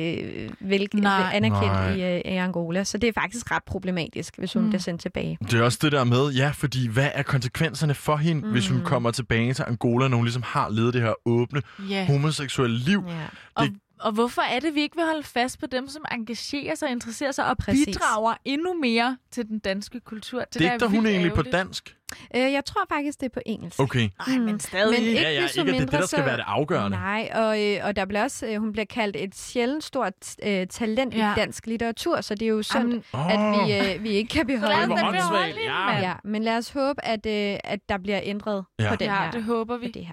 anerkendt i Angola. Så det er faktisk ret problematisk, hvis hun bliver sendt tilbage. Det er også det der med, fordi hvad er konsekvenserne for hende, hvis hun kommer tilbage til Angola, når hun ligesom har levet det her åbne homoseksuelle liv? Og hvorfor er det, vi ikke vil holde fast på dem, som engagerer sig, interesserer sig og bidrager endnu mere til den danske kultur? Digter hun egentlig på dansk? Jeg tror faktisk, det er på engelsk. Okay. Nej, men stadig. Men ikke ikke mindre, det, der skal være det afgørende. Nej, og der bliver også, hun bliver kaldt et sjældent stort talent i dansk litteratur, så det er jo synd, at vi ikke kan beholde det. Men lad os håbe, at der bliver ændret på den her. Ja, det håber vi. Det her.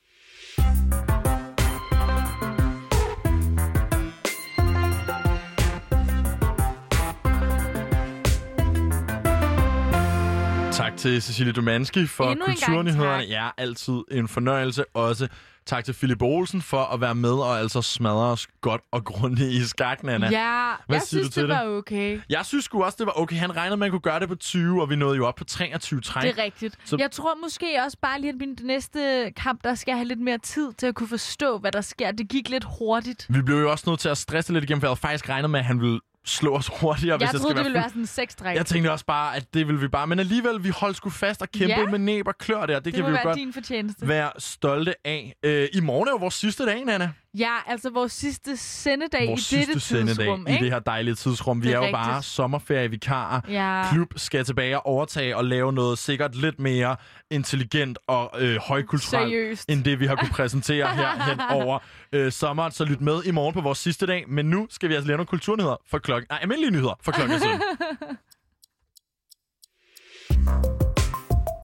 Tak til Cecilie Domanski for kulturnyhederne. Ja, altid en fornøjelse. Også tak til Philip Olsen for at være med og altså smadre os godt og grundigt i skak, Nana. Ja, jeg synes, det var okay. Jeg synes sgu også, det var okay. Han regnede med, at man kunne gøre det på 20, og vi nåede jo op på 23 træk. Det er rigtigt. Så jeg tror måske også bare lige, at min næste kamp, der skal jeg have lidt mere tid til at kunne forstå, hvad der sker. Det gik lidt hurtigt. Vi blev jo også nødt til at stresse lidt igennem, for jeg havde faktisk regnet med, at han ville slå os hurtigere, hvis det skal være det ville være sådan en 6-træk. Jeg tænkte også bare, at det ville vi bare. Men alligevel, vi holdt sgu fast og kæmpede med næb og klør der. Det kan vi jo godt din fortjeneste. Være stolte af. I morgen er jo vores sidste dag, Nana. Ja, altså vores sidste sendedag i dette tidsrum. I det her dejlige tidsrum. Vi er jo bare sommerferievikarer. Ja. Klub skal tilbage og overtage og lave noget sikkert lidt mere intelligent og højkulturelt, end det vi har kunne præsentere her hen over sommeren. Så lyt med i morgen på vores sidste dag. Men nu skal vi altså lave nogle kulturnyheder for almindelige nyheder for klokken 17.